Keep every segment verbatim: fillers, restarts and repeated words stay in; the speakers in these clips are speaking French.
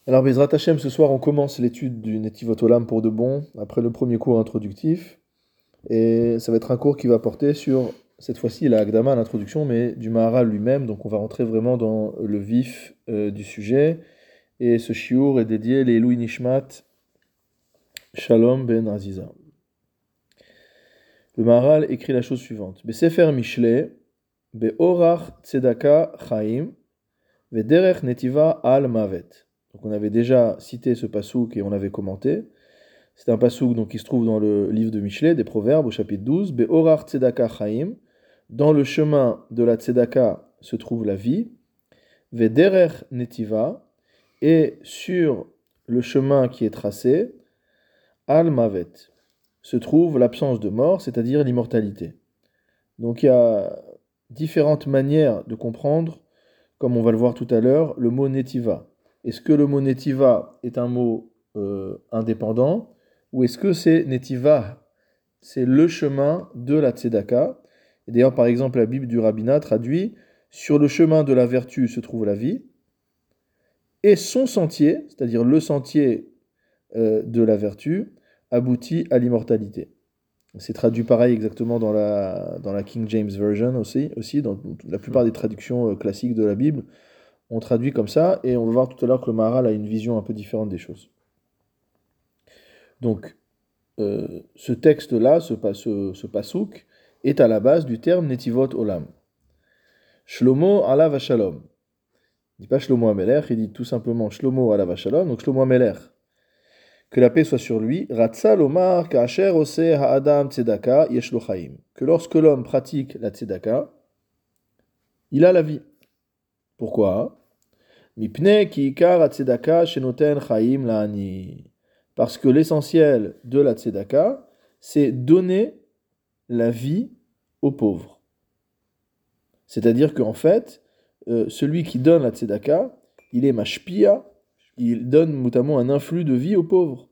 Alors, Bezrat Hashem, ce soir, on commence l'étude du Netivot Olam pour de bon, après le premier cours introductif. Et ça va être un cours qui va porter sur, cette fois-ci, la Hakdama, l'introduction, mais du Maharal lui-même. Donc, on va rentrer vraiment dans le vif euh, du sujet. Et ce shiur est dédié les Louis Nishmat Shalom ben Aziza. Le Maharal écrit la chose suivante. Besefer Mishle, Beorach Tzedaka Chaim, Vederech Netiva Al Mavet. Donc on avait déjà cité ce passouk et on l'avait commenté. C'est un passouk donc, qui se trouve dans le livre de Michelet, des Proverbes, au chapitre douze. Be'orar tzedaka chaim. Dans le chemin de la tzedaka se trouve la vie. Vederer netiva. Et sur le chemin qui est tracé, al mavet, se trouve l'absence de mort, c'est-à-dire l'immortalité. Donc il y a différentes manières de comprendre, comme on va le voir tout à l'heure, le mot netiva. Est-ce que le mot netiva est un mot euh, indépendant ou est-ce que c'est netiva, c'est le chemin de la tzedaka? Et d'ailleurs, par exemple, la Bible du rabbinat traduit sur le chemin de la vertu se trouve la vie et son sentier, c'est-à-dire le sentier euh, de la vertu, aboutit à l'immortalité. C'est traduit pareil exactement dans la, dans la King James Version aussi, aussi dans la plupart des traductions euh, classiques de la Bible. On traduit comme ça, et on va voir tout à l'heure que le Maharal a une vision un peu différente des choses. Donc, euh, ce texte-là, ce, ce, ce pasouk, est à la base du terme Netivot Olam. Shlomo alav hashalom. Il ne dit pas Shlomo Amelech, il dit tout simplement Shlomo alav hashalom, donc Shlomo Amelech. Que la paix soit sur lui. Ratza lomar ka'asher oseh ha'adam tzedaka yesh lo chaim. Que lorsque l'homme pratique la tzedaka, il a la vie. Pourquoi? Mipne ki ikar ha-tzedaka shenoten chaim la'ani. Parce que l'essentiel de la tzedaka, c'est donner la vie aux pauvres. C'est-à-dire qu'en fait, euh, celui qui donne la tzedaka, il est mashpia, il donne notamment un influx de vie aux pauvres.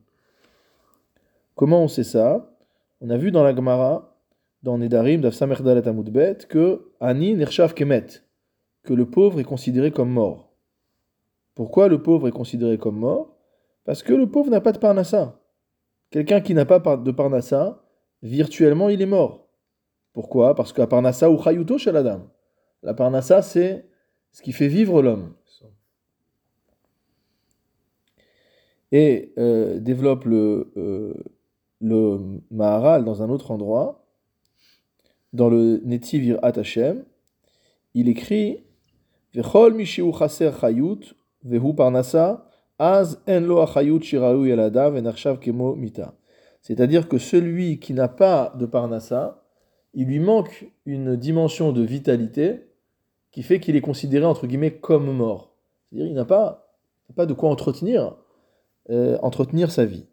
Comment on sait ça? On a vu dans la Gemara, dans Nedarim, Daf Samer Dalet Amud Bet, que Ani Nershav Kemet, que le pauvre est considéré comme mort. Pourquoi le pauvre est considéré comme mort? Parce que le pauvre n'a pas de parnassa. Quelqu'un qui n'a pas de parnassa, virtuellement, il est mort. Pourquoi? Parce que parnassa ou chayuto shel adam. La parnassa, c'est ce qui fait vivre l'homme. Et euh, développe le, euh, le Maharal dans un autre endroit, dans le Netiv Yirat Hashem, il écrit Vechol mishiu chaser chayut vehu parnassa az en lo achayut shiraou yelada venarshav kemo mita. C'est-à-dire que celui qui n'a pas de parnassa, il lui manque une dimension de vitalité qui fait qu'il est considéré entre guillemets comme mort. C'est-à-dire qu'il n'a pas, pas de quoi entretenir, euh, entretenir sa vie.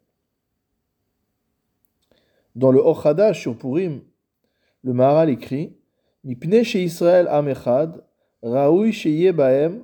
Dans le Or Hadash sur Purim, le Maharal écrit Mipne she Israël am echad raoui sheyeh bahem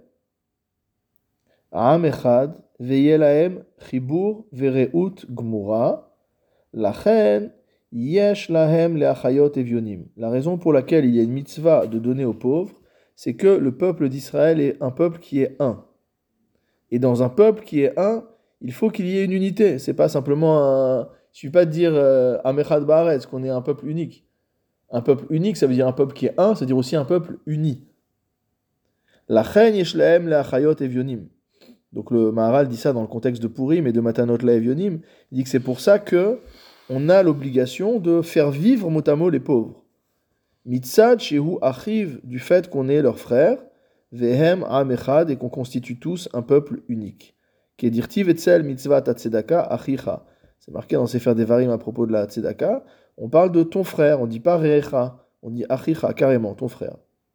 am echad veyeh lahem chibur vereut gmura lachen yesh lahem leachayot evyonim. La raison pour laquelle il y a une mitzvah de donner aux pauvres, c'est que le peuple d'Israël est un peuple qui est un. Et dans un peuple qui est un, il faut qu'il y ait une unité. C'est pas simplement un... Il ne suffit pas de dire euh, am echad ba'aretz, qu'on est un peuple unique. Un peuple unique, ça veut dire un peuple qui est un, ça veut dire aussi un peuple uni. Lachen yesh lahem leachayot evyonim. Donc le Maharal dit ça dans le contexte de Purim et de Matanot laevyonim. Il dit que c'est pour ça que on a l'obligation de faire vivre mot à mot les pauvres. Mitzad shehu achiv, du fait qu'on est leurs frères, vehem am echad, et qu'on constitue tous un peuple unique. Kedirtiv etzel mitzvat tzedaka achicha. C'est marqué dans Sefer Devarim à propos de la tzedaka. On parle de ton frère, on ne dit pas recha, on dit achicha, carrément, ton frère.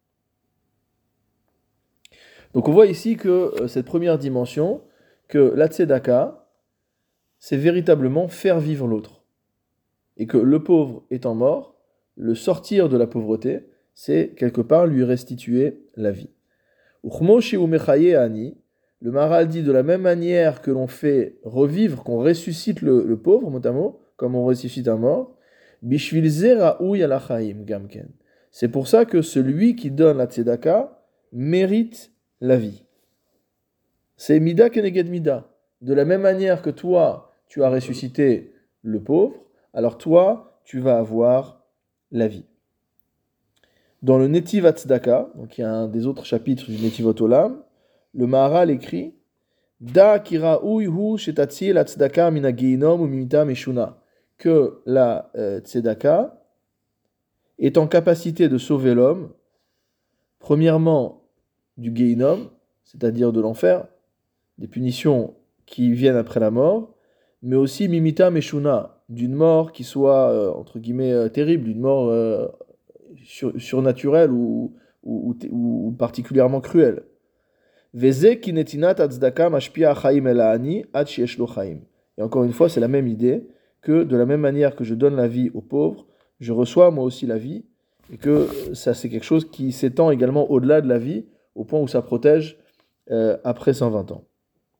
Donc on voit ici que euh, cette première dimension, que la tzedaka, c'est véritablement faire vivre l'autre. Et que le pauvre étant mort, le sortir de la pauvreté, c'est quelque part lui restituer la vie. Uchmo sheu mechaye ani, le Maharal dit de la même manière que l'on fait revivre, qu'on ressuscite le, le pauvre, mot à mot, comme on ressuscite un mort, bishvil ze raoui ala chaim gamken. C'est pour ça que celui qui donne la tzedaka mérite la vie. C'est mida keneged mida. De la même manière que toi, tu as ressuscité le pauvre, alors toi, tu vas avoir la vie. Dans le Netiv Tzedaka, donc il y a un des autres chapitres du Netivot Olam, le Maharal écrit Da kiraoui hu shetatzi la tzedaka mina geinom ou mimita meshuna, que la euh, tzedaka est en capacité de sauver l'homme, premièrement du geinom, c'est-à-dire de l'enfer, des punitions qui viennent après la mort, mais aussi mimita meshuna, d'une mort qui soit euh, entre guillemets euh, terrible, d'une mort euh, sur, surnaturelle ou, ou, ou, ou particulièrement cruelle. Veze kinetinat tzedaka mashpia chaim el haani ad sheyesh lo chaim. Et encore une fois, c'est la même idée que de la même manière que je donne la vie aux pauvres, je reçois moi aussi la vie, et que ça c'est quelque chose qui s'étend également au-delà de la vie, au point où ça protège euh, après cent vingt ans.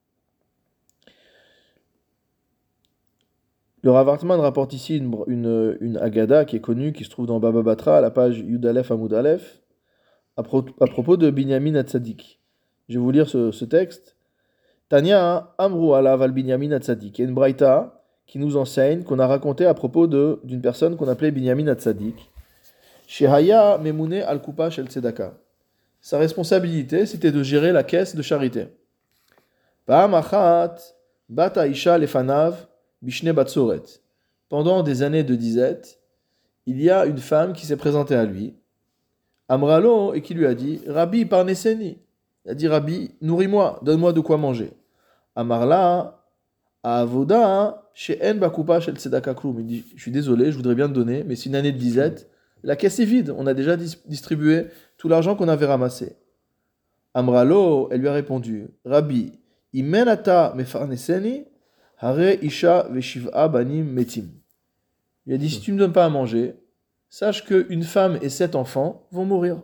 Le Rav Hartman rapporte ici une, une, une Agada qui est connue, qui se trouve dans Baba Batra, à la page Yud Aleph Amud Aleph, à, pro, à propos de Binyamin Hatzadik. Je vais vous lire ce, ce texte. Tanya Amru Alav al Binyamin Hatzadik. Il y a une braïta qui nous enseigne, qu'on a raconté à propos de, d'une personne qu'on appelait Binyamin Hatzadik. Shehaya Memune al Kupa Shel Tzedaka. Sa responsabilité, c'était de gérer la caisse de charité. Pa'am achat bata isha lefanav bishne batsoret. Pendant des années de disette, il y a une femme qui s'est présentée à lui, Amralo, et qui lui a dit Rabbi parneseni. Il a dit Rabbi, nourris-moi, donne-moi de quoi manger. Amarla, avoda, she'en bakupa shel tzedaka klum. Il dit je suis désolé, je voudrais bien te donner, mais c'est une année de disette, la caisse est vide, on a déjà dis- distribué tout l'argent qu'on avait ramassé. Amralo, elle lui a répondu Rabbi, imenata mefarneseni, hare isha veshiv'a banim metim. Il a dit si tu ne me donnes pas à manger, sache qu'une femme et sept enfants vont mourir.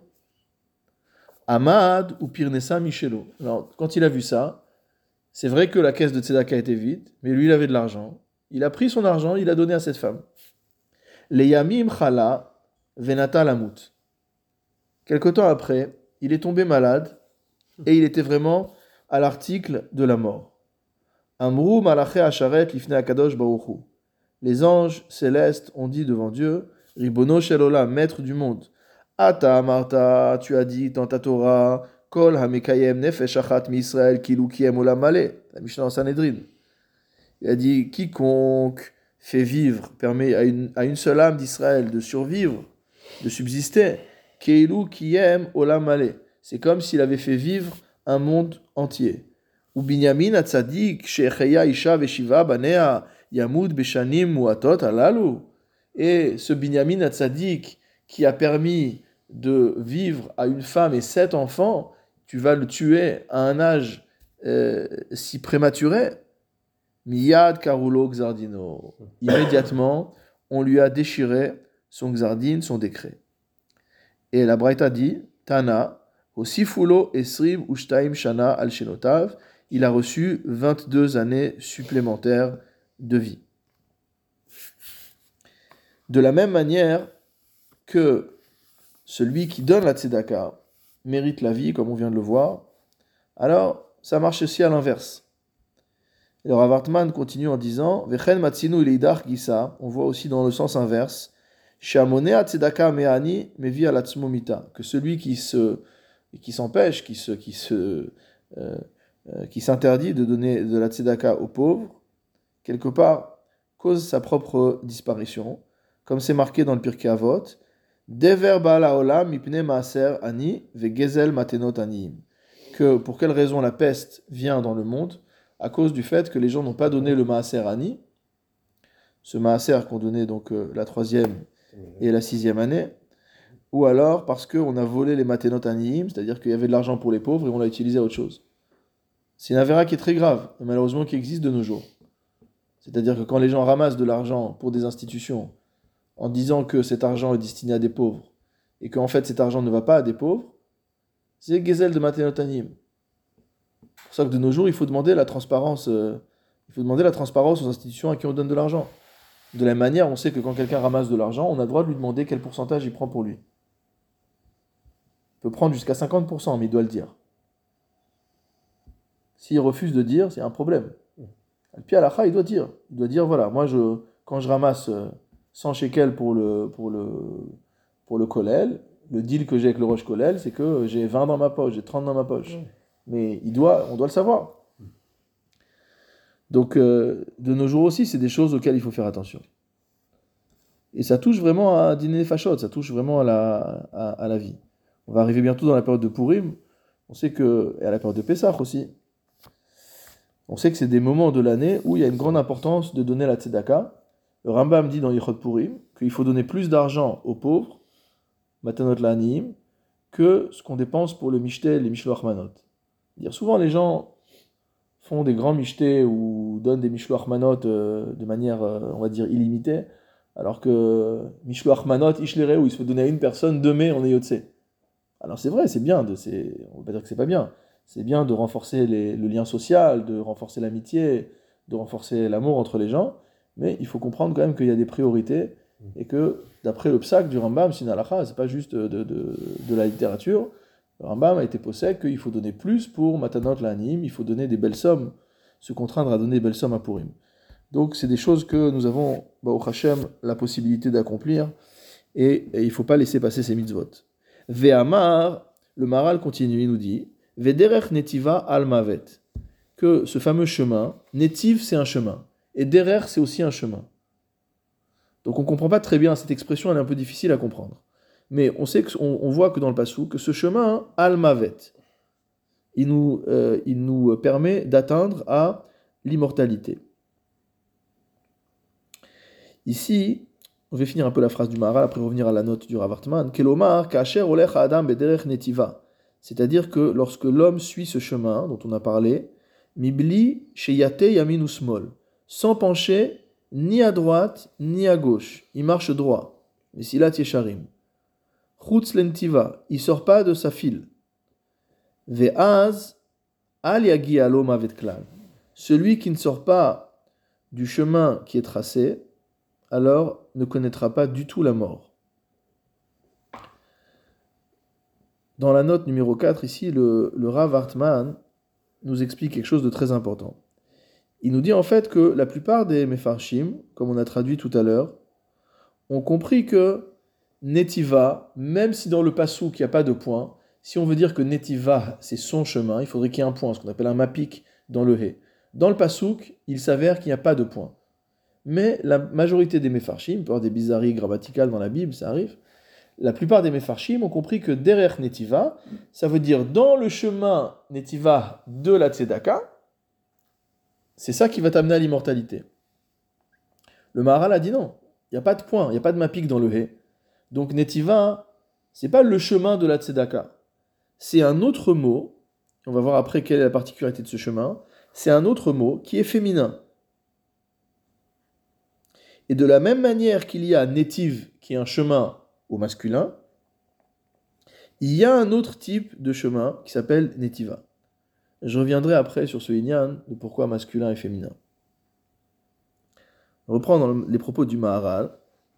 Amad ou Pirnesa Michelo. Alors, quand il a vu ça, c'est vrai que la caisse de Tzedaka était vide, mais lui, il avait de l'argent. Il a pris son argent, il a donné à cette femme. Les Yamim Chala Venata Lamut. Quelque temps après, il est tombé malade et il était vraiment à l'article de la mort. Amru Malaché Asharet Lifne Akadosh Baruchu. Les anges célestes ont dit devant Dieu, Ribono Shel Olam, maître du monde. Ata Amarta, tu as dit dans ta Torah, Kol Hamekayem Nefesh Achat Mi-Israël Kilu Kiem Olam Maleh, la Mishnah en Sanhedrin. Il a dit, quiconque fait vivre, permet à une, à une seule âme d'Israël de survivre, de subsister, Kilu Kiem Olam Maleh. C'est comme s'il avait fait vivre un monde entier. Ou Binyamin Atzadik, Shecheya Isha Veshiva Banea, Yamud Beshanim Muatot Alalu. Et ce Binyamin Hatzadik qui a permis de vivre à une femme et sept enfants, tu vas le tuer à un âge euh, si prématuré. Miyad Karulo Gzardino. Immédiatement, on lui a déchiré son Gzardin, son décret. Et la Braïta dit Tana, Osifulo Esrim Ushtaim Shana al Shenotav. Il a reçu vingt-deux années supplémentaires de vie. De la même manière que celui qui donne la tzedaka mérite la vie, comme on vient de le voir, alors ça marche aussi à l'inverse. Et le Rav Hartman continue en disant Vechen matzinu ileidach gisa, on voit aussi dans le sens inverse, Shamonea tzedaka me'ani mevi alatzmo mita, que celui qui se qui s'empêche, qui se qui se euh, euh, qui s'interdit de donner de la tzedaka aux pauvres, quelque part cause sa propre disparition, comme c'est marqué dans le Pirkei Avot, Dever Baal Haolam mipnei maaser ani vegezel matenot aniim. Que pour quelle raison la peste vient dans le monde? À cause du fait que les gens n'ont pas donné le maaser ani, ce maaser qu'on donnait donc euh, la troisième et la sixième année, ou alors parce qu'on a volé les matenot aniim, c'est-à-dire qu'il y avait de l'argent pour les pauvres et on l'a utilisé à autre chose. C'est une avéra qui est très grave, et malheureusement qui existe de nos jours. C'est-à-dire que quand les gens ramassent de l'argent pour des institutions, en disant que cet argent est destiné à des pauvres, et qu'en fait cet argent ne va pas à des pauvres, c'est Gezel de Matenotanim. C'est pour ça que de nos jours, il faut demander la transparence, euh, il faut demander la transparence aux institutions à qui on donne de l'argent. De la même manière, on sait que quand quelqu'un ramasse de l'argent, on a le droit de lui demander quel pourcentage il prend pour lui. Il peut prendre jusqu'à cinquante pour cent, mais il doit le dire. S'il refuse de dire, c'est un problème. Al-Pi Halacha, il doit dire. Il doit dire, voilà, moi, je, quand je ramasse cent shekels pour le, pour le, pour le kollel, le deal que j'ai avec le roche kollel, c'est que j'ai vingt dans ma poche, j'ai trente dans ma poche. Ouais. Mais il doit, on doit le savoir. Donc, euh, de nos jours aussi, c'est des choses auxquelles il faut faire attention. Et ça touche vraiment à dîner fachot, ça touche vraiment à la, à, à la vie. On va arriver bientôt dans la période de Purim. On sait que, et à la période de Pessah aussi, on sait que c'est des moments de l'année où il y a une grande importance de donner la tzedaka. Le Rambam dit dans Yichot Purim qu'il faut donner plus d'argent aux pauvres, matanot la'aniyim, que ce qu'on dépense pour le mishté, les mishloach manot. Dire souvent les gens font des grands mishtés ou donnent des mishloach manot euh, de manière, euh, on va dire, illimitée, alors que mishloach manot, ishlere, où il se fait donner à une personne, deux mai, on est yotse. Alors c'est vrai, c'est bien, de, c'est, on ne va pas dire que c'est pas bien. C'est bien de renforcer les, le lien social, de renforcer l'amitié, de renforcer l'amour entre les gens, mais il faut comprendre quand même qu'il y a des priorités, et que d'après le psak du Rambam, Sin Halacha, c'est pas juste de, de, de, de la littérature, le Rambam a été possède qu'il faut donner plus pour Matanot La'anim, il faut donner des belles sommes, se contraindre à donner des belles sommes à Purim. Donc c'est des choses que nous avons, bah, au Hachem, la possibilité d'accomplir, et, et il ne faut pas laisser passer ces mitzvot. Ve'amar, le Maral continue, il nous dit, Vederech netiva al mavet, que ce fameux chemin, netiv c'est un chemin, et derer c'est aussi un chemin. Donc on ne comprend pas très bien cette expression, elle est un peu difficile à comprendre. Mais on sait que, on, on voit que dans le passou, que ce chemin, al mavet, il nous, euh, il nous permet d'atteindre à l'immortalité. Ici, on va finir un peu la phrase du Maharal, après revenir à la note du Rav Hartman. Kelomar, kasher olech adam bederech netiva. C'est-à-dire que lorsque l'homme suit ce chemin dont on a parlé, mibli sheyate yamin usmol, sans pencher ni à droite ni à gauche, il marche droit. Mesilat yesharim. Chutz lentiva, il sort pas de sa file. Ve'az al yagi alo mavet klal. Celui qui ne sort pas du chemin qui est tracé, alors ne connaîtra pas du tout la mort. Dans la note numéro quatre, ici, le, le Rav Hartman nous explique quelque chose de très important. Il nous dit en fait que la plupart des Mefarshim, comme on a traduit tout à l'heure, ont compris que Netiva, même si dans le Passouk il n'y a pas de point, si on veut dire que Netiva c'est son chemin, il faudrait qu'il y ait un point, ce qu'on appelle un mapik dans le He. Dans le Passouk, il s'avère qu'il n'y a pas de point. Mais la majorité des Mefarshim, il peut y avoir des bizarreries grammaticales dans la Bible, ça arrive, la plupart des Mefarshim ont compris que Derer Netiva, ça veut dire dans le chemin Netiva de la Tzedaka, c'est ça qui va t'amener à l'immortalité. Le Maharal a dit non, il n'y a pas de point, il n'y a pas de mapik dans le He. Donc Netiva, c'est pas le chemin de la Tzedaka. C'est un autre mot, on va voir après quelle est la particularité de ce chemin, c'est un autre mot qui est féminin. Et de la même manière qu'il y a Netiv, qui est un chemin au masculin, il y a un autre type de chemin qui s'appelle Netiva. Je reviendrai après sur ce inyan de pourquoi masculin et féminin. On reprend dans les propos du Maharal.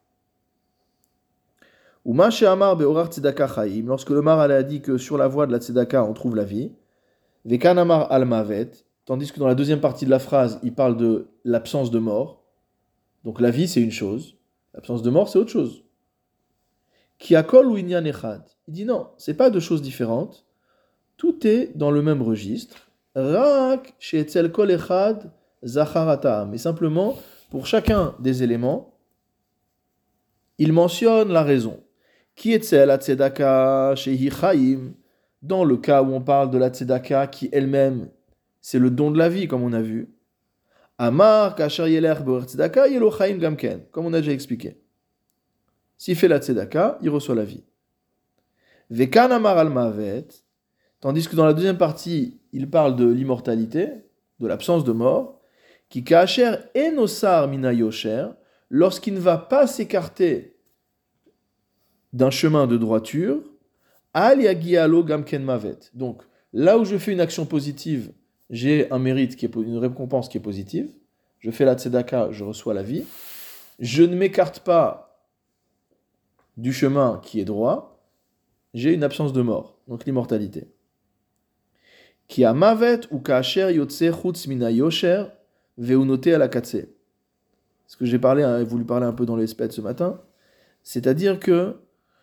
Lorsque le Maharal a dit que sur la voie de la Tzedaka on trouve la vie, Vekan Amar al Mavet, tandis que dans la deuxième partie de la phrase il parle de l'absence de mort. Donc la vie c'est une chose, l'absence de mort c'est autre chose. Kiakol ou inyan echad. Il dit non, c'est pas deux choses différentes. Tout est dans le même registre. Rak she'etzel kol echad zacharata. Mais simplement, pour chacun des éléments, il mentionne la raison. Ki etzel atzedaka shehi chaim. Dans le cas où on parle de la tzedaka qui elle-même, c'est le don de la vie, comme on a vu. Amar kasher yelech be'or tzedaka yelo chaim gamken. Comme on a déjà expliqué. S'il fait la tzedaka, il reçoit la vie. Vekan amar al mavet, tandis que dans la deuxième partie, il parle de l'immortalité, de l'absence de mort, qui kacher enosar mina yosher, lorsqu'il ne va pas s'écarter d'un chemin de droiture, al yagialo gamken mavet. Donc, là où je fais une action positive, j'ai un mérite, qui est une récompense qui est positive. Je fais la tzedaka, je reçois la vie. Je ne m'écarte pas du chemin qui est droit, j'ai une absence de mort, donc l'immortalité. Ki amavet ou kaasher yotse chutz mina yosher veunoté à la katse. Ce que j'ai parlé, hein, voulu parler un peu dans l'espèce ce matin, c'est-à-dire que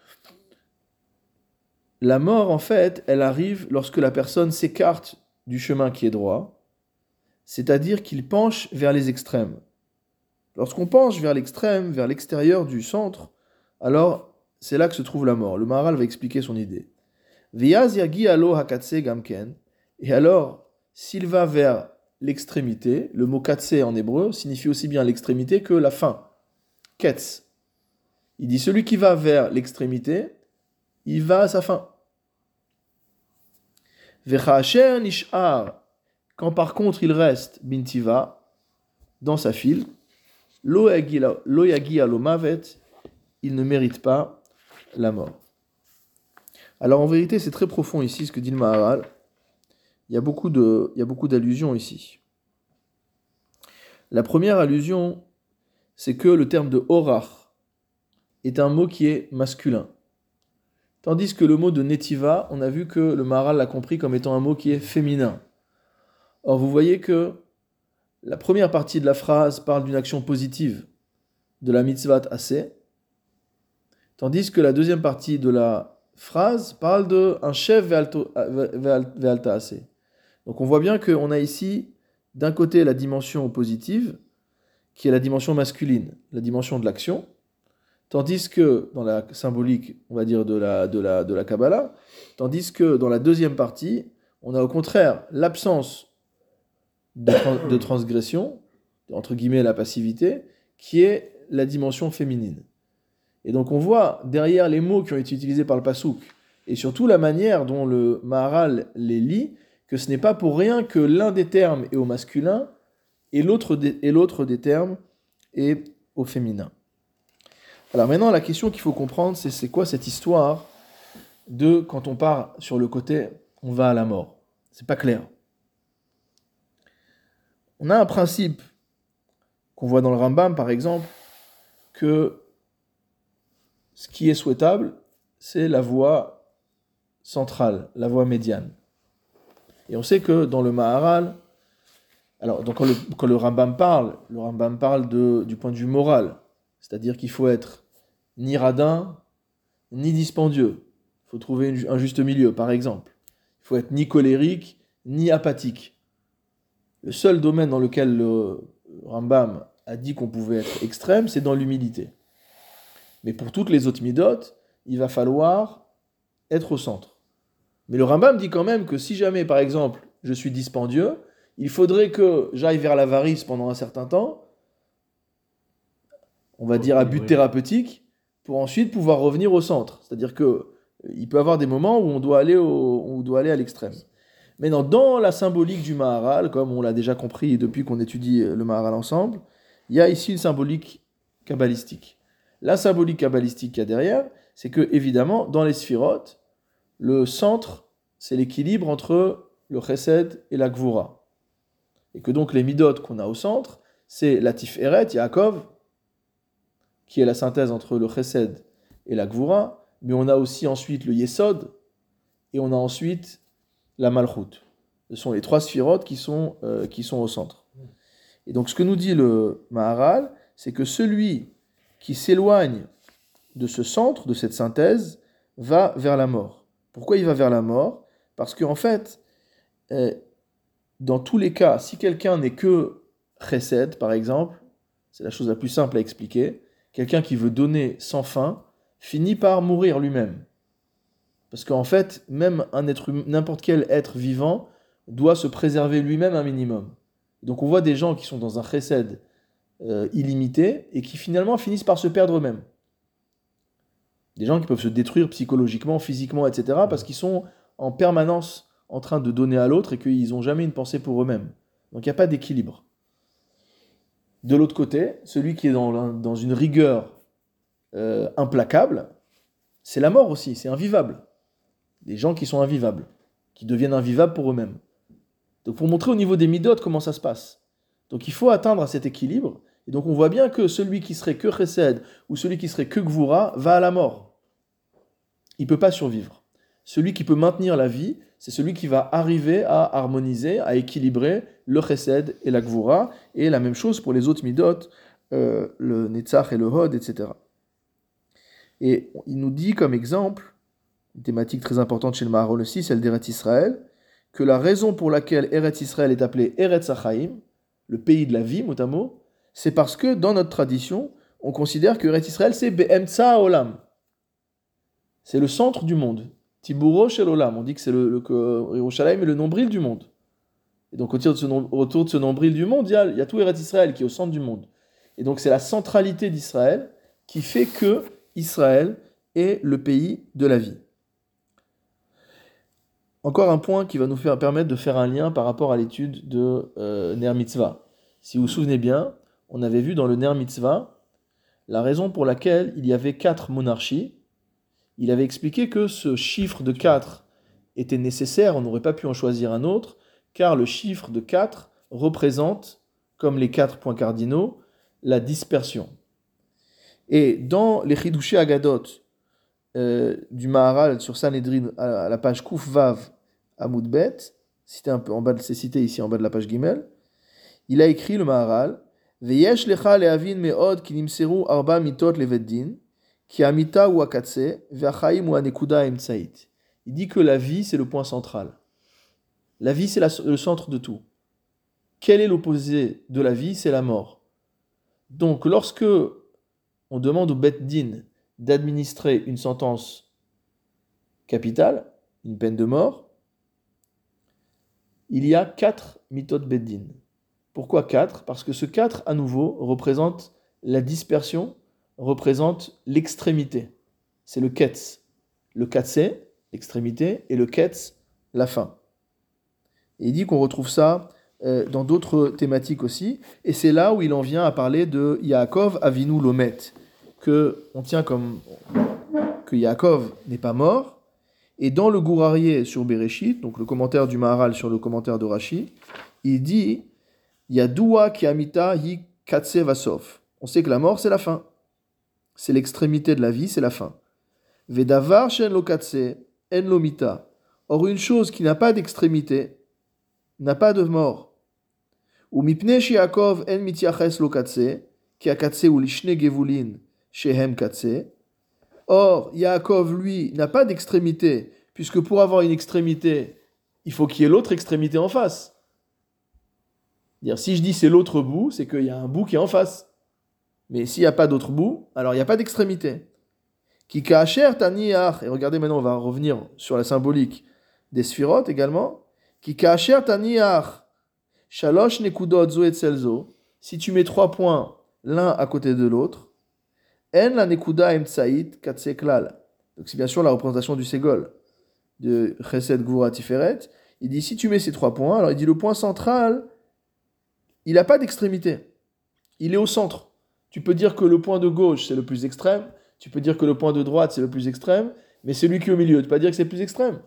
la mort, en fait, elle arrive lorsque la personne s'écarte du chemin qui est droit, c'est-à-dire qu'il penche vers les extrêmes. Lorsqu'on penche vers l'extrême, vers l'extérieur du centre, alors c'est là que se trouve la mort. Le Maharal va expliquer son idée. V'yaz yagi alo hakatse gamken. Et alors, s'il va vers l'extrémité, le mot katse en hébreu signifie aussi bien l'extrémité que la fin. Ketz. Il dit celui qui va vers l'extrémité, il va à sa fin. V'cha'asher nish'ar. Quand par contre il reste bintiva, dans sa file, lo yagi alo mavet, il ne mérite pas la mort. Alors en vérité, c'est très profond ici ce que dit le Maharal. Il y a beaucoup de, il y a beaucoup d'allusions ici. La première allusion, c'est que le terme de orach est un mot qui est masculin. Tandis que le mot de netiva, on a vu que le Maharal l'a compris comme étant un mot qui est féminin. Or, vous voyez que la première partie de la phrase parle d'une action positive de la mitzvat assez, tandis que la deuxième partie de la phrase parle d'un chef ve'alta assez. Donc on voit bien qu'on a ici, d'un côté, la dimension positive, qui est la dimension masculine, la dimension de l'action, tandis que, dans la symbolique, on va dire, de la, de la, de la Kabbalah, tandis que dans la deuxième partie, on a au contraire l'absence de, trans- de transgression, entre guillemets la passivité, qui est la dimension féminine. Et donc on voit, derrière les mots qui ont été utilisés par le Passouk, et surtout la manière dont le Maharal les lit, que ce n'est pas pour rien que l'un des termes est au masculin et l'autre des, et l'autre des termes est au féminin. Alors maintenant, la question qu'il faut comprendre, c'est c'est quoi cette histoire de quand on part sur le côté, on va à la mort. C'est pas clair. On a un principe qu'on voit dans le Rambam, par exemple, que ce qui est souhaitable, c'est la voie centrale, la voie médiane. Et on sait que dans le Maharal, alors donc quand, le, quand le Rambam parle, le Rambam parle de, du point de vue moral, c'est-à-dire qu'il faut être ni radin, ni dispendieux. Il faut trouver une, un juste milieu, par exemple. Il faut être ni colérique, ni apathique. Le seul domaine dans lequel le Rambam a dit qu'on pouvait être extrême, c'est dans l'humilité. Mais pour toutes les autres midotes, il va falloir être au centre. Mais le Rambam dit quand même que si jamais, par exemple, je suis dispendieux, il faudrait que j'aille vers l'avarice pendant un certain temps, on va dire à but thérapeutique, pour ensuite pouvoir revenir au centre. C'est-à-dire qu'il peut y avoir des moments où on doit aller, au, on doit aller à l'extrême. Maintenant, dans la symbolique du Maharal, comme on l'a déjà compris depuis qu'on étudie le Maharal ensemble, il y a ici une symbolique kabbalistique. La symbolique kabbalistique qu'il y a derrière, c'est que, évidemment, dans les sphirotes, le centre, c'est l'équilibre entre le chesed et la gvura. Et que donc les midotes qu'on a au centre, c'est la tiferet, Yaakov, qui est la synthèse entre le chesed et la gvura, mais on a aussi ensuite le yesod, et on a ensuite la malchut. Ce sont les trois sphirotes qui sont, euh, qui sont au centre. Et donc ce que nous dit le Maharal, c'est que celui qui s'éloigne de ce centre, de cette synthèse, va vers la mort. Pourquoi il va vers la mort ? Parce qu'en fait, euh, dans tous les cas, si quelqu'un n'est que chesed, par exemple, c'est la chose la plus simple à expliquer, quelqu'un qui veut donner sans fin, finit par mourir lui-même. Parce qu'en fait, même un être, n'importe quel être vivant doit se préserver lui-même un minimum. Donc on voit des gens qui sont dans un chesed euh, illimité et qui finalement finissent par se perdre eux-mêmes. Des gens qui peuvent se détruire psychologiquement, physiquement, et cetera, parce qu'ils sont en permanence en train de donner à l'autre et qu'ils n'ont jamais une pensée pour eux-mêmes. Donc il n'y a pas d'équilibre. De l'autre côté, celui qui est dans, dans une rigueur euh, implacable, c'est la mort aussi, c'est invivable. Des gens qui sont invivables, qui deviennent invivables pour eux-mêmes. Donc pour montrer au niveau des midotes comment ça se passe. Donc il faut atteindre à cet équilibre. Et donc on voit bien que celui qui serait que chesed ou celui qui serait que gvura va à la mort. Il ne peut pas survivre. celui qui peut maintenir la vie, c'est celui qui va arriver à harmoniser, à équilibrer le chesed et la gvura, et la même chose pour les autres midot, euh, le netzach et le hod, et cetera. Et il nous dit comme exemple, une thématique très importante chez le Maharal aussi, celle d'Eretz Israël, que la raison pour laquelle Eretz Israël est appelé Eretz Hachaim, le pays de la vie, mot à mot, c'est parce que dans notre tradition, on considère que Eretz Israël c'est Be'emtsa Olam. C'est le centre du monde. Tiburo Shel Olam. On dit que c'est le, le que Yerushalayim est le nombril du monde. Et donc autour de ce, autour de ce nombril du monde, il y, a, il y a tout Eretz Israël qui est au centre du monde. Et donc c'est la centralité d'Israël qui fait que Israël est le pays de la vie. Encore un point qui va nous faire, permettre de faire un lien par rapport à l'étude de euh, Ner Mitzvah. Si vous vous souvenez bien, on avait vu dans le Ner Mitzvah la raison pour laquelle il y avait quatre monarchies. Il avait expliqué que ce chiffre de quatre était nécessaire, on n'aurait pas pu en choisir un autre, car le chiffre de quatre représente, comme les quatre points cardinaux, la dispersion. Et dans les Chidushé Agadot euh, du Maharal sur Sanhedrin à, à la page Kouf Vav Amoud Bet, cité un peu en bas, c'est cité ici en bas de la page Gimel, il a écrit le Maharal Veyesh lecha lehavin me'od ki nimseru arba mitot leveddin ki amita ou akatse ve'achaim ou anekuda emtsait. Il dit que la vie c'est le point central. La vie c'est la, le centre de tout. Quel est l'opposé de la vie? C'est la mort. Donc lorsque on demande au Bet Din d'administrer une sentence capitale, une peine de mort, il y a quatre mitot Bet Din. Pourquoi quatre? Parce que ce quatre, à nouveau, représente la dispersion, représente l'extrémité. C'est le ketz. Le katse, l'extrémité, et le ketz, la fin. Et il dit qu'on retrouve ça euh, dans d'autres thématiques aussi, et c'est là où il en vient à parler de Yaakov Avinu Lomet, que on tient comme que Yaakov n'est pas mort, et dans le Gourarié sur Bereshit, donc le commentaire du Maharal sur le commentaire de Rashi, il dit Yadoua ki amita hi katse vasof. On sait que la mort c'est la fin, c'est l'extrémité de la vie, c'est la fin. Vedavar shen lo katse en lo mita. Or une chose qui n'a pas d'extrémité n'a pas de mort. Ou mipne shi Yaakov en mityaches lo katse ki akatse ou lishne gevulin shehem katse. Or Yaakov lui n'a pas d'extrémité puisque pour avoir une extrémité il faut qu'il y ait l'autre extrémité en face. Dire, si je dis c'est l'autre bout, c'est qu'il y a un bout qui est en face. Mais s'il n'y a pas d'autre bout, alors il n'y a pas d'extrémité. Ki ka'asher taniach, et regardez maintenant, on va revenir sur la symbolique des sphirotes également. Ki ka'asher taniach, shalosh nekudot zo etzel zo, si tu mets trois points l'un à côté de l'autre, en la nekuda emtsait katse klal. Donc c'est bien sûr la représentation du ségol, de Chesed Gvura Tiferet. Il dit, si tu mets ces trois points, alors il dit le point central, il n'a pas d'extrémité. Il est au centre. Tu peux dire que le point de gauche, c'est le plus extrême. Tu peux dire que le point de droite, c'est le plus extrême. Mais c'est lui qui est au milieu. Tu peux pas dire que c'est le plus extrême.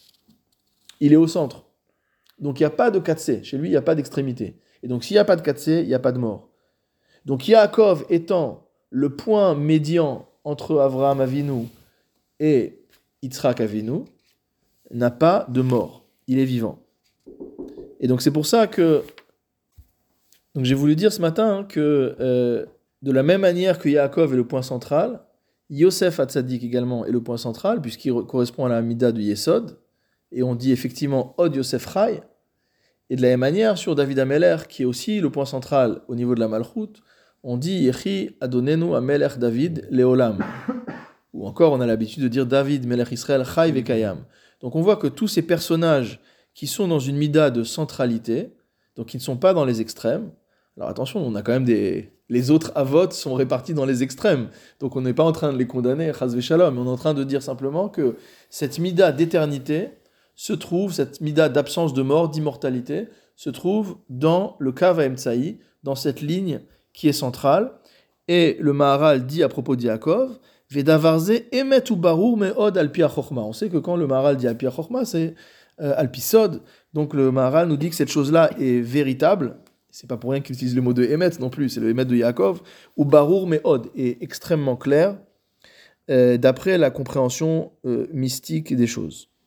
Il est au centre. Donc il n'y a pas de katsé. Chez lui, il n'y a pas d'extrémité. Et donc s'il n'y a pas de katsé, il n'y a pas de mort. Donc Yaakov étant le point médian entre Avraham Avinu et Yitzhak Avinu, n'a pas de mort. Il est vivant. Et donc c'est pour ça que Donc j'ai voulu dire ce matin hein, que euh, de la même manière que Yaakov est le point central, Yosef Hatzadik également est le point central, puisqu'il re- correspond à la Amida du Yesod, et on dit effectivement Od Yosef Chai, et de la même manière sur David Ameler, qui est aussi le point central au niveau de la Malchut, on dit Yechi Adonenu Amelech David Leolam. Ou encore on a l'habitude de dire David Melech Israël Chai Vekayam. Donc on voit que tous ces personnages qui sont dans une Mida de centralité, donc qui ne sont pas dans les extrêmes. Alors attention, on a quand même des... Les autres avot sont répartis dans les extrêmes. Donc on n'est pas en train de les condamner, chas v'shalom, mais on est en train de dire simplement que cette mida d'éternité se trouve, cette mida d'absence de mort, d'immortalité, se trouve dans le Kav Emtsaï, dans cette ligne qui est centrale. Et le Maharal dit à propos de Yaakov, Vedavarze emet ou barur me'od al pi ha-chokhma. On sait que quand le Maharal dit al pi ha-chokhma, c'est euh, al pi sod. Donc le Maharal nous dit que cette chose-là est véritable. C'est pas pour rien qu'il utilise le mot de Emet non plus, c'est le Emet de Yaakov, ou Barour Me'od est extrêmement clair euh, d'après la compréhension euh, mystique des choses.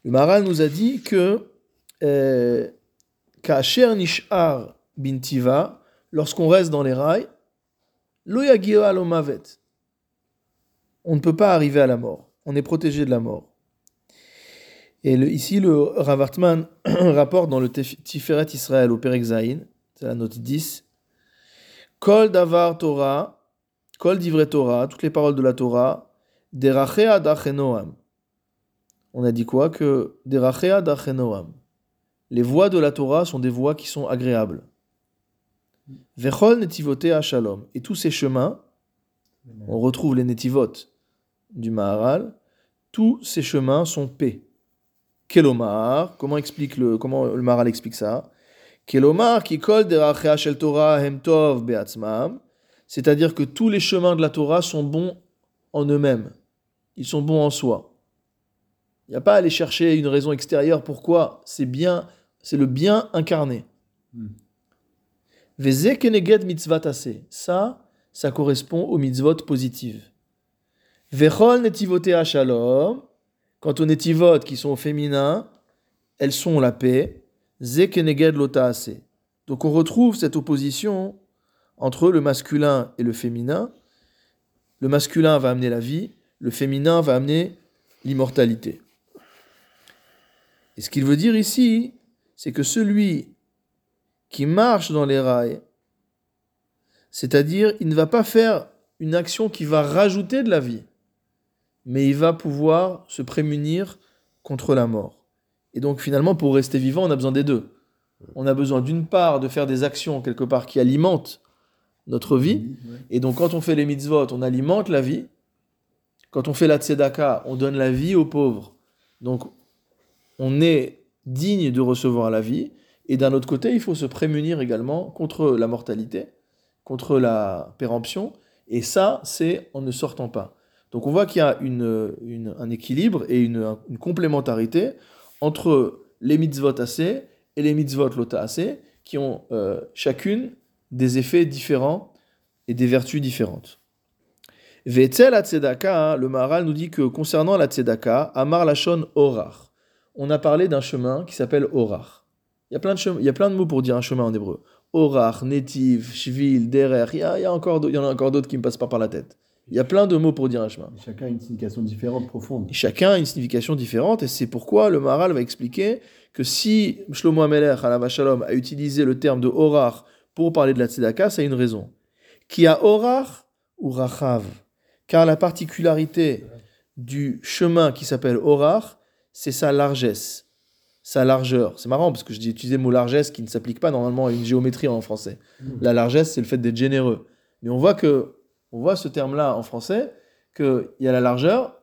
Le Maharal nous a dit que euh, Ka'asher nish'ar bintiva, lorsqu'on reste dans les rails, lo yagio alo mavet. On ne peut pas arriver à la mort. On est protégé de la mort. Et le, ici, le Rav Hartman rapporte dans le Tiferet Israël au Perek Zayin, c'est la note dix, Kol davar Torah, Kol divrei Torah, toutes les paroles de la Torah, derachea dachenoam. On a dit quoi? Que derachea dachenoam. Les voies de la Torah sont des voies qui sont agréables. Vechol netivotea shalom. Et tous ces chemins, on retrouve les netivot du Maharal, tous ces chemins sont paix. Kelomar, comment explique le comment le Maharal explique ça? Kelomar qui kol derachea shel Torah hem tov beatzmam, c'est-à-dire que tous les chemins de la Torah sont bons en eux-mêmes. Ils sont bons en soi. Il n'y a pas à aller chercher une raison extérieure pourquoi c'est bien, c'est le bien incarné. Veze keneged mitzvat aseh. Ça, ça correspond aux mitzvot positives. Vechol netivotea shalom. Quant aux netivot qui sont au féminin, elles sont la paix. Ze keneged lota aseh. Donc on retrouve cette opposition entre le masculin et le féminin. Le masculin va amener la vie, le féminin va amener l'immortalité. Et ce qu'il veut dire ici, c'est que celui qui marche dans les rails, c'est-à-dire il ne va pas faire une action qui va rajouter de la vie, mais il va pouvoir se prémunir contre la mort. Et donc finalement, pour rester vivant, on a besoin des deux. On a besoin d'une part de faire des actions quelque part qui alimentent notre vie, et donc quand on fait les mitzvot, on alimente la vie. Quand on fait la tzedaka, on donne la vie aux pauvres. Donc on est digne de recevoir la vie. Et d'un autre côté, il faut se prémunir également contre la mortalité, contre la péremption. Et ça, c'est en ne sortant pas. Donc on voit qu'il y a une, une, un équilibre et une, une complémentarité entre les mitzvot aseh et les mitzvot lota aseh, qui ont euh, chacune des effets différents et des vertus différentes. Ve'etzel ha-tzedaka, le Maharal nous dit que concernant la tzedaka, Amar Lachon Orach, on a parlé d'un chemin qui s'appelle Orach. Il y a plein de chemins, il y a plein de mots pour dire un chemin en hébreu. Orach, Netiv, Shvil, Derer, il y, a, il, y a encore, il y en a encore d'autres qui me passent pas par la tête. Il y a plein de mots pour dire un chemin. Et chacun a une signification différente, profonde. Et chacun a une signification différente, et c'est pourquoi le Maharal va expliquer que si Shlomo HaMelech, alav shalom, a utilisé le terme de Orach pour parler de la tzedaka, ça a une raison. Qui a Orach ou Rachav. Car la particularité du chemin qui s'appelle Orach, c'est sa largesse, sa largeur. C'est marrant parce que j'ai utilisé le mot largesse qui ne s'applique pas normalement à une géométrie en français. Mmh. La largesse, c'est le fait d'être généreux. Mais on voit que, on voit ce terme-là en français, qu'il y a la largeur,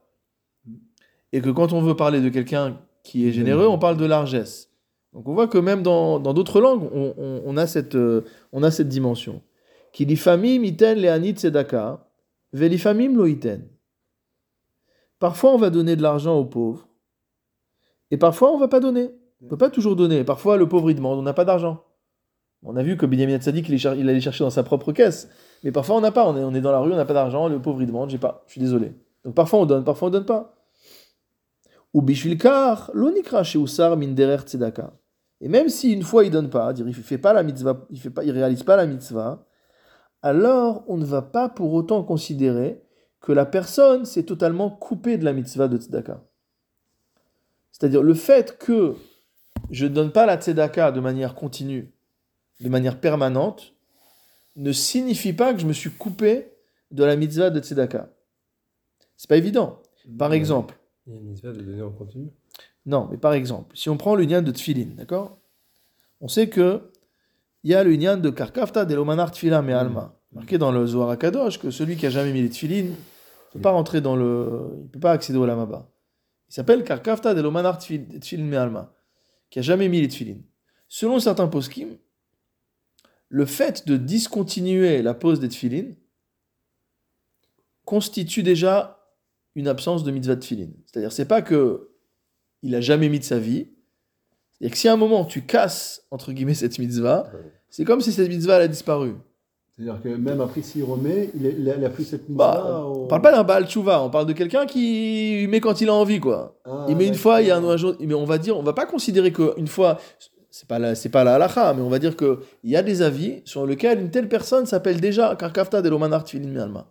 et que quand on veut parler de quelqu'un qui est généreux, on parle de largesse. Donc on voit que même dans, dans d'autres langues, on, on, on, a cette, euh, on a cette dimension. Ki lifamim iten le'ani tzedaka, ve'lifamim lo iten. Parfois on va donner de l'argent aux pauvres, et parfois on ne va pas donner. On ne peut pas toujours donner. Parfois le pauvre il demande, on n'a pas d'argent. On a vu que Binyamin Tzadik il, il allait chercher dans sa propre caisse, mais parfois on n'a pas, on est, on est dans la rue, on n'a pas d'argent, le pauvre il demande, j'ai pas, je suis désolé. Donc parfois on donne, parfois on donne pas. Ou bishvilkar, l'onikra chez Oussar min derer tzedaka. Et même si une fois il donne pas, dire il fait pas la mitzvah, il fait pas, il réalise pas la mitzvah, alors on ne va pas pour autant considérer que la personne s'est totalement coupée de la mitzvah de tzedaka. C'est-à-dire le fait que je ne donne pas la tzedaka de manière continue, de manière permanente, ne signifie pas que je me suis coupé de la mitzvah de tzedaka. C'est pas évident. Par Ouais. exemple. Il y a une mitzvah de donner en continu. Non, mais par exemple, si on prend le nyan de tfilin, d'accord? On sait que il y a le nyan de karkafta de l'omanar tfila me alma, marqué dans le Zohar HaKadosh que celui qui a jamais mis les tfilin ne peut pas rentrer dans le, il peut pas accéder au lamaba. Il s'appelle karkafta de l'omanar tfilin me alma, qui a jamais mis les tfilin. Selon certains poskim, le fait de discontinuer la pose des tfilin constitue déjà une absence de mitzvah de tfilin. C'est-à-dire, c'est pas que il a jamais mis de sa vie. C'est-à-dire que si à un moment tu casses, entre guillemets, cette mitzvah, c'est comme si cette mitzvah elle a disparu. C'est-à-dire que même après, s'il remet, il, est, il, a, il a plus cette mise Bah, là. on Au... parle pas d'un Baal Tchouva, on parle de quelqu'un qui met quand il a envie, quoi. Ah, il met une d'accord. fois, il y a un, un jour, mais on va dire, on va pas considérer qu'une fois, c'est pas la, c'est pas la halakha, mais on va dire que il y a des avis sur lesquels une telle personne s'appelle déjà Karkafta de l'Omanar Tfilin Mialma.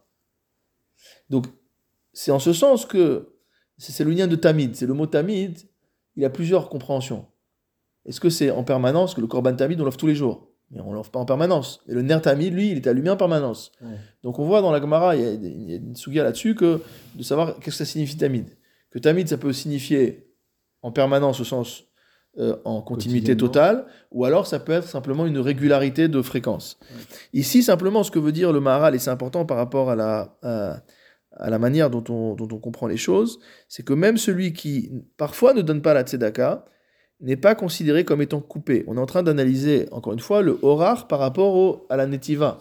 Donc, c'est en ce sens que c'est, c'est le lien de Tamid. C'est le mot Tamid, il a plusieurs compréhensions. Est-ce que c'est en permanence que le Korban Tamid, on l'offre tous les jours? Mais on ne l'offre pas en permanence. Et le Ner Tamid, lui, il est allumé en permanence. Ouais. Donc on voit dans la Gemara, il y a, il y a une sugia là-dessus, que, de savoir qu'est-ce que ça signifie Tamid. Que Tamid, ça peut signifier en permanence au sens euh, en continuité totale, ou alors ça peut être simplement une régularité de fréquence. Ouais. Ici, simplement, ce que veut dire le Maharal, et c'est important par rapport à la, à, à la manière dont on, dont on comprend les choses, c'est que même celui qui parfois ne donne pas la tzedaka n'est pas considéré comme étant coupé. On est en train d'analyser, encore une fois, le horar par rapport au, à la netiva.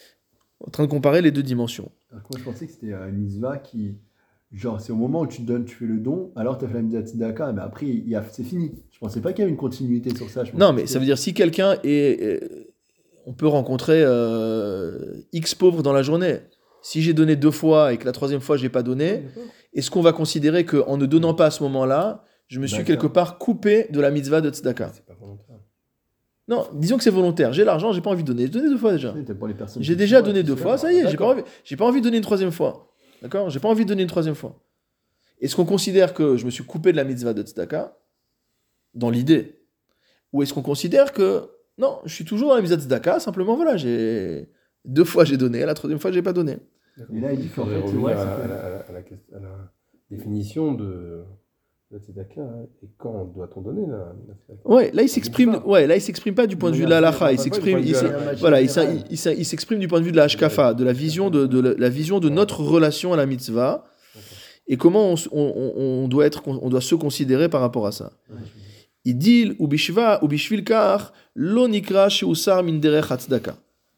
En train de comparer les deux dimensions. Alors, moi, je pensais que c'était une mitzvah qui... Genre, c'est au moment où tu donnes, tu fais le don, alors tu as fait la mitzvah tzedaka, mais après, il y a, c'est fini. Je pensais pas qu'il y avait une continuité sur ça. Je non, mais ça veut dire si quelqu'un est... est on peut rencontrer euh, X pauvres dans la journée. Si j'ai donné deux fois et que la troisième fois, je n'ai pas donné, est-ce qu'on va considérer qu'en ne donnant pas à ce moment-là, je me suis D'accord. quelque part coupé de la mitzvah de tzedaka? C'est pas volontaire. Non, disons que c'est volontaire. J'ai l'argent, j'ai pas envie de donner. J'ai donné deux fois déjà. Pour les personnes j'ai déjà donné deux fois, ça y est, j'ai pas, envie, j'ai pas envie de donner une troisième fois. D'accord? J'ai pas envie de donner une troisième fois. Est-ce qu'on considère que je me suis coupé de la mitzvah de tzedaka dans l'idée? Ou est-ce qu'on considère que non, je suis toujours dans la mitzvah de tzedaka, simplement voilà, j'ai deux fois j'ai donné, la troisième fois j'ai pas donné. Et là, il dit qu'il faudrait revenir à, la, à, la, à, la, à, la, à la définition de la tzedaka, et quand doit-on donner la, la tzedaka? Ouais, là il s'exprime, ouais, là il s'exprime pas du point de vue de la halakha, il s'exprime, il, voilà, il, il, il, il s'exprime du point de vue de la hashkafa, de la vision de, de, de la vision de notre relation à la mitzvah, et comment on, on, on doit être, on doit se considérer par rapport à ça. Il dit ou bishva ou bishvil kar lo nikra sheusar min derech tzedaka.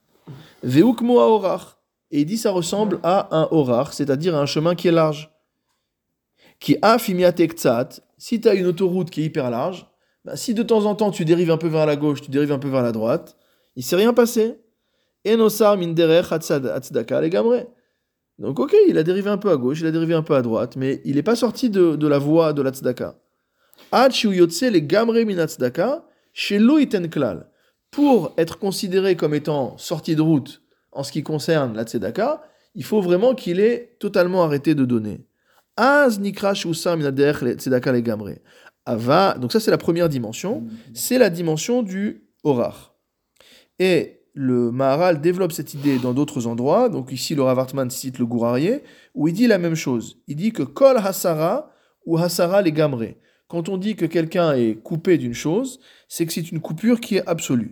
Veukmo haorach. Et il dit ça ressemble à un horar, c'est-à-dire à un chemin qui est large. Qui a fimiate ktsat, si tu as une autoroute qui est hyper large, bah, si de temps en temps tu dérives un peu vers la gauche, tu dérives un peu vers la droite, il ne s'est rien passé. Enosar min derech tzedaka legamre. Donc ok, il a dérivé un peu à gauche, il a dérivé un peu à droite, mais il n'est pas sorti de, de la voie de la tzedaka. Ad shiu yotse legamre min tzedaka, shelo iten klal. Pour être considéré comme étant sorti de route en ce qui concerne la tzedaka, il faut vraiment qu'il ait totalement arrêté de donner. Az nikra shusam minaderech tzedaka legamre. Ava, donc ça c'est la première dimension, c'est la dimension du horar. Et le Maharal développe cette idée dans d'autres endroits, donc ici le Rav Hartman cite le Gourarié, où il dit la même chose. Il dit que kol hasara ou hasara legamre. Quand on dit que quelqu'un est coupé d'une chose, c'est que c'est une coupure qui est absolue.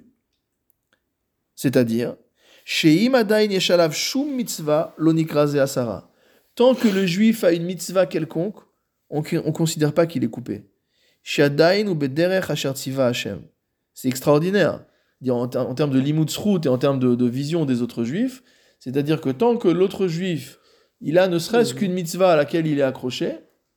C'est-à-dire, Sheim adain yeshalav shum mitzvah lo nikra ze hasara. Tant que le juif a une mitzvah quelconque, on ne considère pas qu'il est coupé. Sheadain ou bederech asher tziva Hashem. C'est extraordinaire. En, en termes de limud zchut et en termes de, de vision des autres juifs, c'est-à-dire que tant que l'autre juif, il a ne serait-ce qu'une mitzvah à laquelle il est accroché,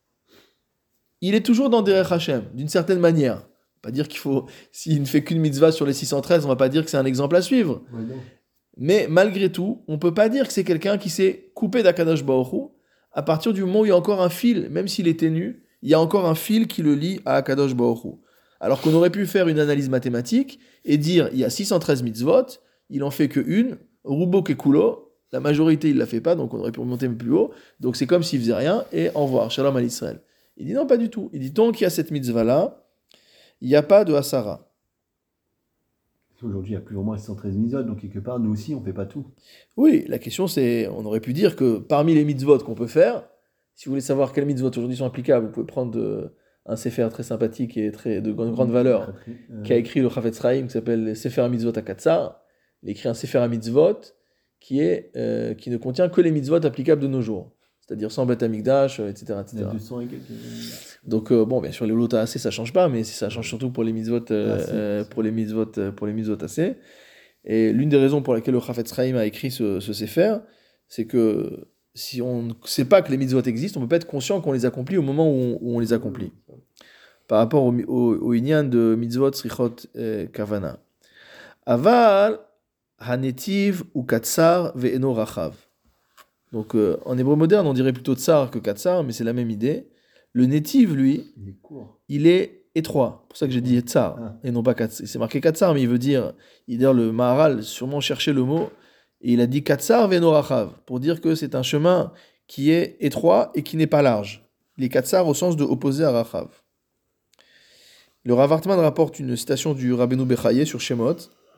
il est toujours dans derech Hashem, d'une certaine manière. Pas dire qu'il faut, s'il ne fait qu'une mitzvah sur les six cent treize, on ne va pas dire que c'est un exemple à suivre. Ouais, Mais malgré tout, on ne peut pas dire que c'est quelqu'un qui s'est coupé d'Akadosh Baruch Hu à partir du moment où il y a encore un fil, même s'il est ténu, il y a encore un fil qui le lie à Akadosh Baruch Hu. Alors qu'on aurait pu faire une analyse mathématique et dire il y a six cent treize mitzvot, il en fait que une, Rubo Kekulo, la majorité il ne la fait pas, donc on aurait pu remonter plus haut, donc c'est comme s'il faisait rien, et au revoir, Shalom à l'Israël. Il dit non, pas du tout. Il dit tant qu'il y a cette mitzvah-là, il n'y a pas de hasara. Aujourd'hui, il y a plus ou moins six cent treize mitzvot, donc quelque part, nous aussi, on ne fait pas tout. Oui, la question c'est, on aurait pu dire que parmi les mitzvot qu'on peut faire, si vous voulez savoir quelles mitzvot aujourd'hui sont applicables, vous pouvez prendre de, un sefer très sympathique et très, de grande, grande valeur, euh... qu'a écrit le Chafetz Chaim, qui s'appelle Sefer HaMitzvot HaKatzar. Il a écrit un Sefer HaMitzvot qui, est, euh, qui ne contient que les mitzvot applicables de nos jours. C'est-à-dire sans Beth Amikdash, et cetera, et cetera. Il y a deux cents et quelques... Donc euh, bon, bien sûr les Lota assez ça change pas, mais ça change surtout pour les mitzvot, euh, ah, euh, pour les mitzvot, euh, pour les mitzvot assez. Et l'une des raisons pour laquelle le Chafetz Chaim a écrit ce, ce sefer, c'est que si on ne sait pas que les mitzvot existent, on peut pas être conscient qu'on les accomplit au moment où on, où on les accomplit. Par rapport au, au, au inyan de mitzvot srichot eh, kavana. Aval hanetiv ou katsar ve'eno rachav. Donc euh, en hébreu moderne, on dirait plutôt tsar que katsar, mais c'est la même idée. Le netiv, lui, Il est court. il est étroit. C'est pour ça que j'ai dit tsar Ah. et non pas katsar. C'est marqué katsar, mais il veut dire, il d'ailleurs le Maharal sûrement cherchait le mot, et il a dit katsar ve'eno rachav, pour dire que c'est un chemin qui est étroit et qui n'est pas large. Il est katsar au sens de opposé à rachav. Le Rav Hartman rapporte une citation du Rabbeinu Bechaye sur Shemot,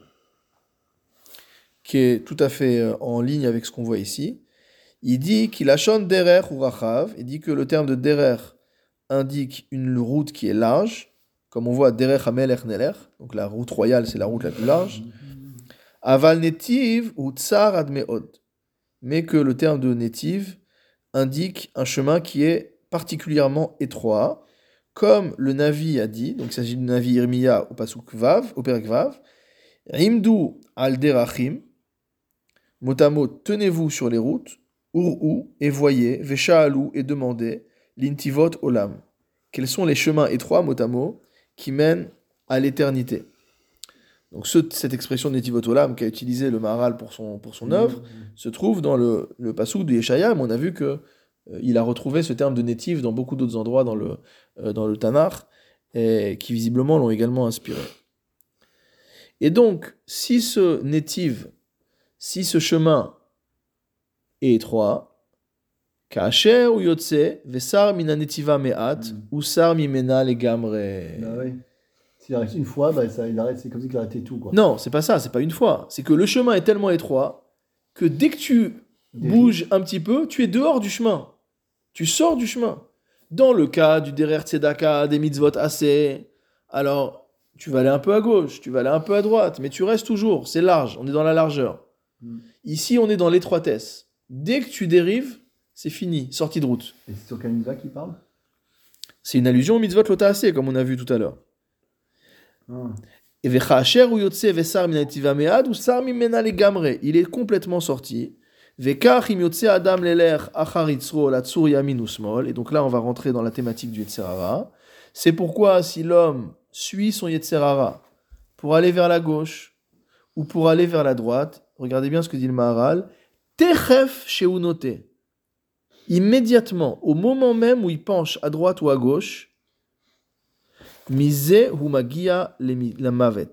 qui est tout à fait euh, en ligne avec ce qu'on voit ici. Il dit qu'il achonne derer ou rachav. Il dit que le terme de derer indique une route qui est large, comme on voit derer hamelech neler, donc la route royale, c'est la route la plus large. Aval netiv ou tsar ad meod, mais que le terme de netiv indique un chemin qui est particulièrement étroit, comme le Navi a dit, donc il s'agit du Navi Irmiya au Pasuk Vav, au Perek Vav, Imdu al derachim, mot à mot, tenez-vous sur les routes, Ur'u, et voyez, Vesha'alu, et demandez, Lintivot olam, quels sont les chemins étroits, mot à mot, qui mènent à l'éternité. Donc ce, cette expression de Netivot olam qu'a utilisé le Maharal pour son, pour son œuvre, se trouve dans le, le Pasuk de Yeshaya, mais on a vu que euh, il a retrouvé ce terme de Netiv dans beaucoup d'autres endroits dans le, euh, dans le Tanakh, et qui visiblement l'ont également inspiré. Et donc, si ce Netiv, si ce chemin est étroit, Ka'asher ou Yotse, Vesar mina netiva me'at, ou sar mimena legamre. Bah oui. S'il arrête une fois, bah, ça, il arrête, c'est comme si il arrêtait tout. Quoi. Non, c'est pas ça, c'est pas une fois. C'est que le chemin est tellement étroit que dès que tu Des bouges un petit peu, tu es dehors du chemin. Tu sors du chemin. Dans le cas du derer tzedaka, des mitzvot assez, alors tu vas aller un peu à gauche, tu vas aller un peu à droite, mais tu restes toujours, c'est large, on est dans la largeur. Mm. Ici, on est dans l'étroitesse. Dès que tu dérives, c'est fini, sortie de route. Et c'est sur quel mitzvah qui parle? C'est une allusion au mitzvot lota assez, comme on a vu tout à l'heure. Ah. Et vecha'asher ou yotse vesar min netiva me'ad ou sar mimena legamre. Il est complètement sorti. Vekach im yotse adam leler achar yitzro latsur yamin usmol. Et donc là, on va rentrer dans la thématique du Yetzer Hara. C'est pourquoi si l'homme suit son Yetzer Hara pour aller vers la gauche ou pour aller vers la droite, regardez bien ce que dit le Maharal, techef sheunote. Immédiatement, au moment même où il penche à droite ou à gauche, Mise hu magia la mavet.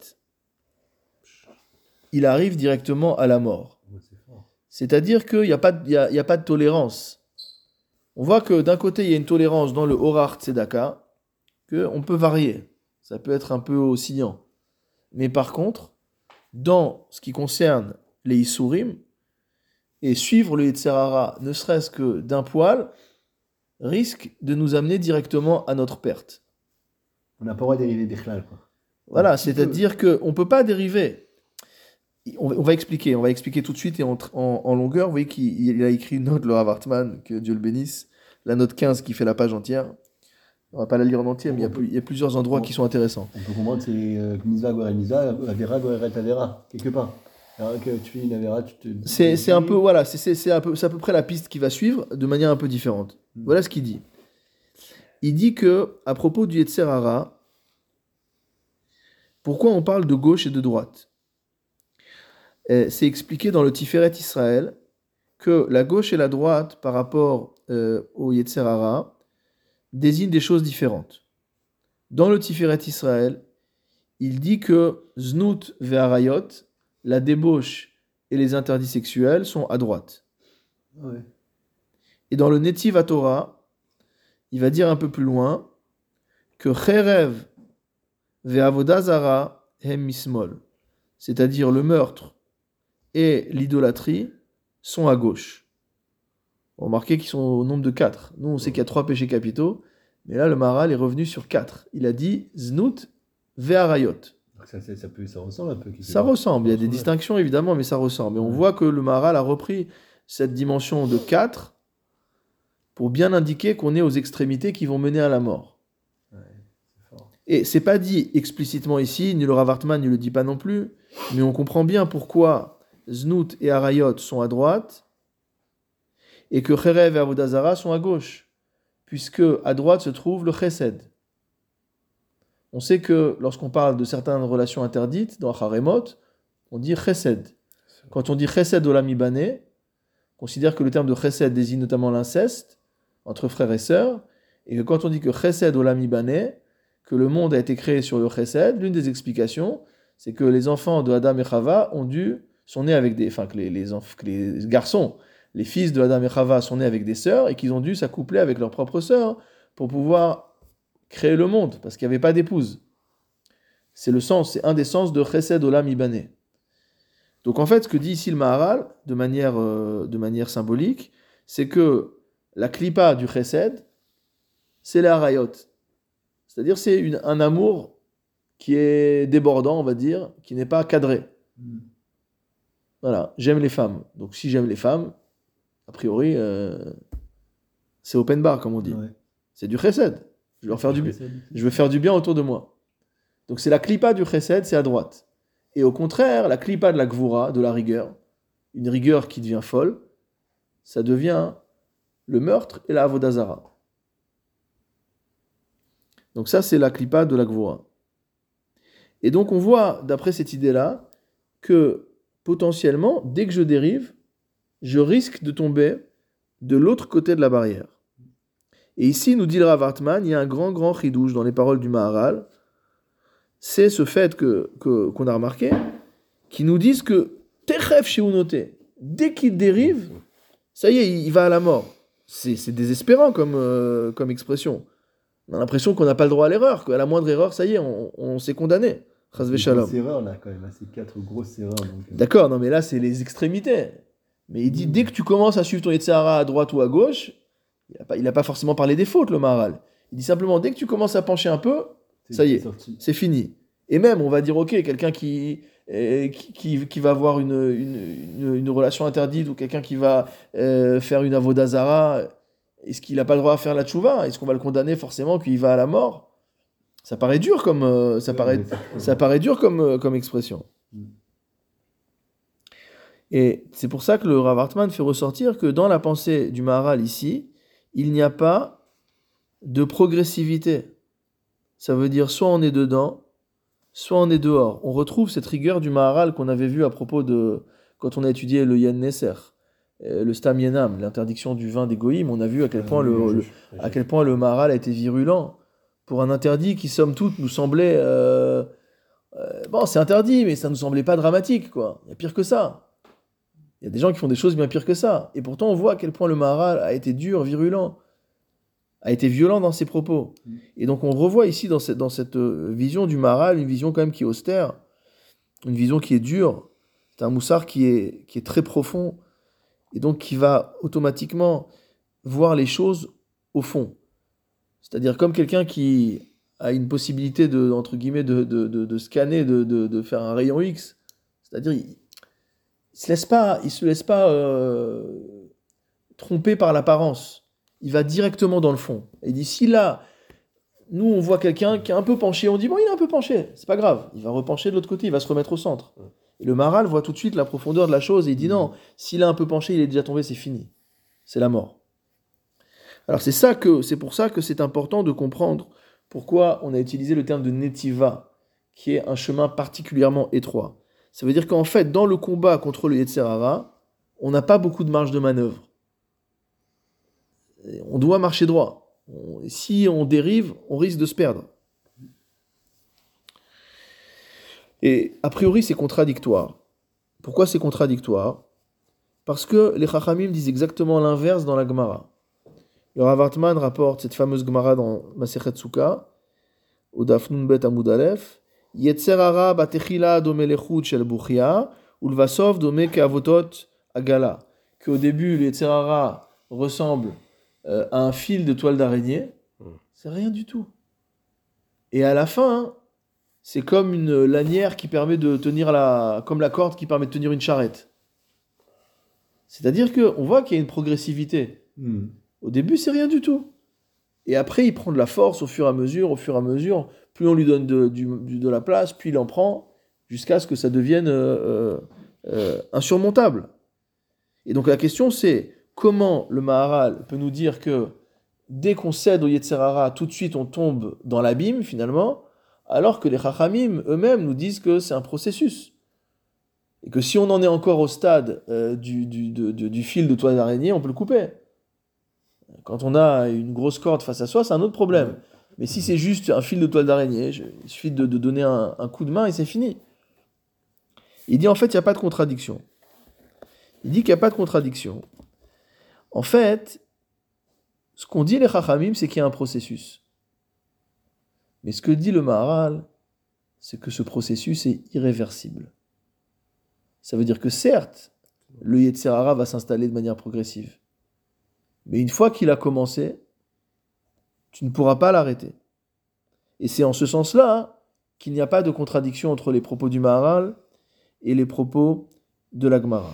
Il arrive directement à la mort. Ouais, c'est fort. C'est-à-dire qu'il n'y a, a, a pas de tolérance. On voit que d'un côté, il y a une tolérance dans le Horar Tzedaka, qu'on peut varier. Ça peut être un peu oscillant. Mais par contre, dans ce qui concerne les Isurim, et suivre le Yetzer Hara, ne serait-ce que d'un poil, risque de nous amener directement à notre perte. On n'a pas le droit de dériver d'Echlal, quoi. Voilà, c'est-à-dire qu'on ne peut pas dériver. On, on va expliquer, on va expliquer tout de suite et en, en, en longueur. Vous voyez qu'il il a écrit une note, le Rav Hartman, que Dieu le bénisse, la note quinze qui fait la page entière. On ne va pas la lire en entier, mais il y a, il y a plusieurs endroits qui sont intéressants. On peut comprendre que c'est euh, Mitzvah, Gorel Mitzvah, Avera, Goreret, Avera, quelque part. Alors que tu fais une Avera, tu te... C'est, c'est un peu, voilà, c'est, c'est, c'est, un peu, c'est à peu près la piste qui va suivre de manière un peu différente. Mm. Voilà ce qu'il dit. Il dit que, à propos du Yetzer Hara, pourquoi on parle de gauche et de droite? Et c'est expliqué dans le Tiferet Israël que la gauche et la droite, par rapport euh, au Yetzer Hara, désignent des choses différentes. Dans le Tiferet Israël, il dit que Znout ve'arayot, la débauche et les interdits sexuels, sont à droite. Ouais. Et dans le Netiv HaTorah, il va dire un peu plus loin que Cherev ve'avodah zara hem mismol, c'est-à-dire le meurtre et l'idolâtrie sont à gauche. Remarquez qu'ils sont au nombre de quatre. Nous, on sait qu'il y a trois péchés capitaux, mais là, le Maharal est revenu sur quatre. Il a dit Znout ve'arayot. Ça, ça, ça, peut, ça ressemble un peu. Ça ressemble, il y a des distinctions évidemment, mais ça ressemble. Et on ouais. voit que le Maharal a repris cette dimension de quatre pour bien indiquer qu'on est aux extrémités qui vont mener à la mort. Ouais, c'est fort. Et c'est pas dit explicitement ici, ni le Rav Hartman ne le dit pas non plus, mais on comprend bien pourquoi Znout et Arayot sont à droite et que Cherev et Avodah Zara sont à gauche, puisque à droite se trouve le Chesed. On sait que lorsqu'on parle de certaines relations interdites dans Haremot, on dit Chesed. Quand on dit chesed olam ibané, on considère que le terme de chesed désigne notamment l'inceste entre frères et sœurs, et que quand on dit que chesed olam ibané, que le monde a été créé sur le chesed, l'une des explications, c'est que les enfants de Adam et Chava ont dû, sont nés avec des, enfin que les, les, enf- que les garçons, les fils de Adam et Chava sont nés avec des sœurs, et qu'ils ont dû s'accoupler avec leurs propres sœurs pour pouvoir créer le monde, parce qu'il n'y avait pas d'épouse. C'est le sens, c'est un des sens de chesed olam ibané. Donc en fait, ce que dit ici le Maharal, de manière, euh, de manière symbolique, c'est que la klipa du chesed, c'est la harayot. C'est-à-dire c'est une, un amour qui est débordant, on va dire, qui n'est pas cadré. Mm. Voilà, j'aime les femmes. Donc si j'aime les femmes, a priori, euh, c'est open bar, comme on dit. Ouais. C'est du chesed. Je veux leur faire du bien. Chesed. Je veux faire du bien autour de moi. Donc c'est la klipa du chesed, c'est à droite. Et au contraire, la klipa de la gvura, de la rigueur, une rigueur qui devient folle, ça devient le meurtre et la avodazara. Donc ça, c'est la klipa de la gvura. Et donc on voit, d'après cette idée-là, que potentiellement, dès que je dérive, je risque de tomber de l'autre côté de la barrière. Et ici, nous dit le Rav Hartman, il y a un grand, grand chidouche dans les paroles du Maharal. C'est ce fait que, que, qu'on a remarqué, qui nous disent que Techef Sheunoté, dès qu'il dérive, ça y est, il va à la mort. C'est, c'est désespérant comme, euh, comme expression. On a l'impression qu'on n'a pas le droit à l'erreur, qu'à la moindre erreur, ça y est, on, on s'est condamné. Chas C'est v'shalom. grosses erreurs là quand même, hein, c'est quatre grosses erreurs. Donc, euh, D'accord, non mais là c'est les extrémités. Mais il dit dès que tu commences à suivre ton Yetzirah à droite ou à gauche, il n'a pas, il a pas forcément parlé des fautes le Maharal. Il dit simplement dès que tu commences à pencher un peu, c'est- ça y c'est est, sorti. c'est fini. Et même on va dire ok, quelqu'un qui, euh, qui, qui, qui va avoir une, une, une, une relation interdite ou quelqu'un qui va euh, faire une avodazara, est-ce qu'il n'a pas le droit à faire la tchouva? Est-ce qu'on va le condamner forcément qu'il va à la mort? Ça paraît dur comme, euh, ça Ouais, paraît, mais c'est- ça paraît dur comme, euh, comme expression. Mm. Et c'est pour ça que le Rav Hartman fait ressortir que dans la pensée du Maharal ici, il n'y a pas de progressivité. Ça veut dire soit on est dedans, soit on est dehors. On retrouve cette rigueur du Maharal qu'on avait vu à propos de quand on a étudié le Yen Nesser, euh, le Stam Yenam, l'interdiction du vin des Goïm. On a vu à quel point le, le- à quel point le Maharal a été virulent pour un interdit qui, somme toute, nous semblait euh, euh, bon, c'est interdit, mais ça nous semblait pas dramatique, quoi. Il y a pire que ça. Il y a des gens qui font des choses bien pires que ça. Et pourtant, on voit à quel point le Maharal a été dur, virulent, a été violent dans ses propos. Mm. Et donc, on revoit ici, dans cette, dans cette euh, vision du Maharal, une vision quand même qui est austère, une vision qui est dure. C'est un moussard qui est, qui est très profond, et donc qui va automatiquement voir les choses au fond. C'est-à-dire comme quelqu'un qui a une possibilité de, entre guillemets, de, de, de, de scanner, de, de, de faire un rayon X. C'est-à-dire, il ne se laisse pas, il se laisse pas euh, tromper par l'apparence. Il va directement dans le fond. Et d'ici là, nous, on voit quelqu'un qui est un peu penché. On dit, bon, il est un peu penché. C'est pas grave. Il va repencher de l'autre côté. Il va se remettre au centre. Et le Maharal voit tout de suite la profondeur de la chose. Et il dit, non, s'il a un peu penché, il est déjà tombé, c'est fini. C'est la mort. Alors c'est ça que c'est pour ça que c'est important de comprendre pourquoi on a utilisé le terme de netiva, qui est un chemin particulièrement étroit. Ça veut dire qu'en fait, dans le combat contre le Yetzer Hara, on n'a pas beaucoup de marge de manœuvre. On doit marcher droit. On- si on dérive, on risque de se perdre. Et a priori, c'est contradictoire. Pourquoi c'est contradictoire? Parce que les Chachamim disent exactement l'inverse dans la Gemara. Le Rav Hartman rapporte cette fameuse Gemara dans Masechet Sukkah, au Daf Nun Bet Amud Aleph, Yetzer Hara batechila dome lechut shel buchia, ulvasov dome keavotot agala. Qu'au début, le Yetzer Hara ressemble euh, à un fil de toile d'araignée, c'est rien du tout. Et à la fin, hein, c'est comme une lanière qui permet de tenir la, comme la corde qui permet de tenir une charrette. C'est-à-dire qu'on voit qu'il y a une progressivité. Mm. Au début, c'est rien du tout. Et après, il prend de la force au fur et à mesure, au fur et à mesure. Plus on lui donne de, du- du- de la place, plus il en prend, jusqu'à ce que ça devienne euh, euh, euh, insurmontable. Et donc la question, c'est comment le Maharal peut nous dire que dès qu'on cède au Yetzer Hara, tout de suite on tombe dans l'abîme, finalement, alors que les Chachamim eux-mêmes nous disent que c'est un processus. Et que si on en est encore au stade euh, du, du, de- de- du fil de toile d'araignée, on peut le couper. Quand on a une grosse corde face à soi, c'est un autre problème. Mais si c'est juste un fil de toile d'araignée, je- il suffit de, de donner un, un coup de main et c'est fini. Il dit en fait, il n'y a pas de contradiction. Il dit qu'il n'y a pas de contradiction. En fait, ce qu'on dit les Chachamim, c'est qu'il y a un processus. Mais ce que dit le Maharal, c'est que ce processus est irréversible. Ça veut dire que certes, le Yetzer Hara va s'installer de manière progressive. Mais une fois qu'il a commencé, tu ne pourras pas l'arrêter. Et c'est en ce sens-là hein, qu'il n'y a pas de contradiction entre les propos du Maharal et les propos de la Gemara.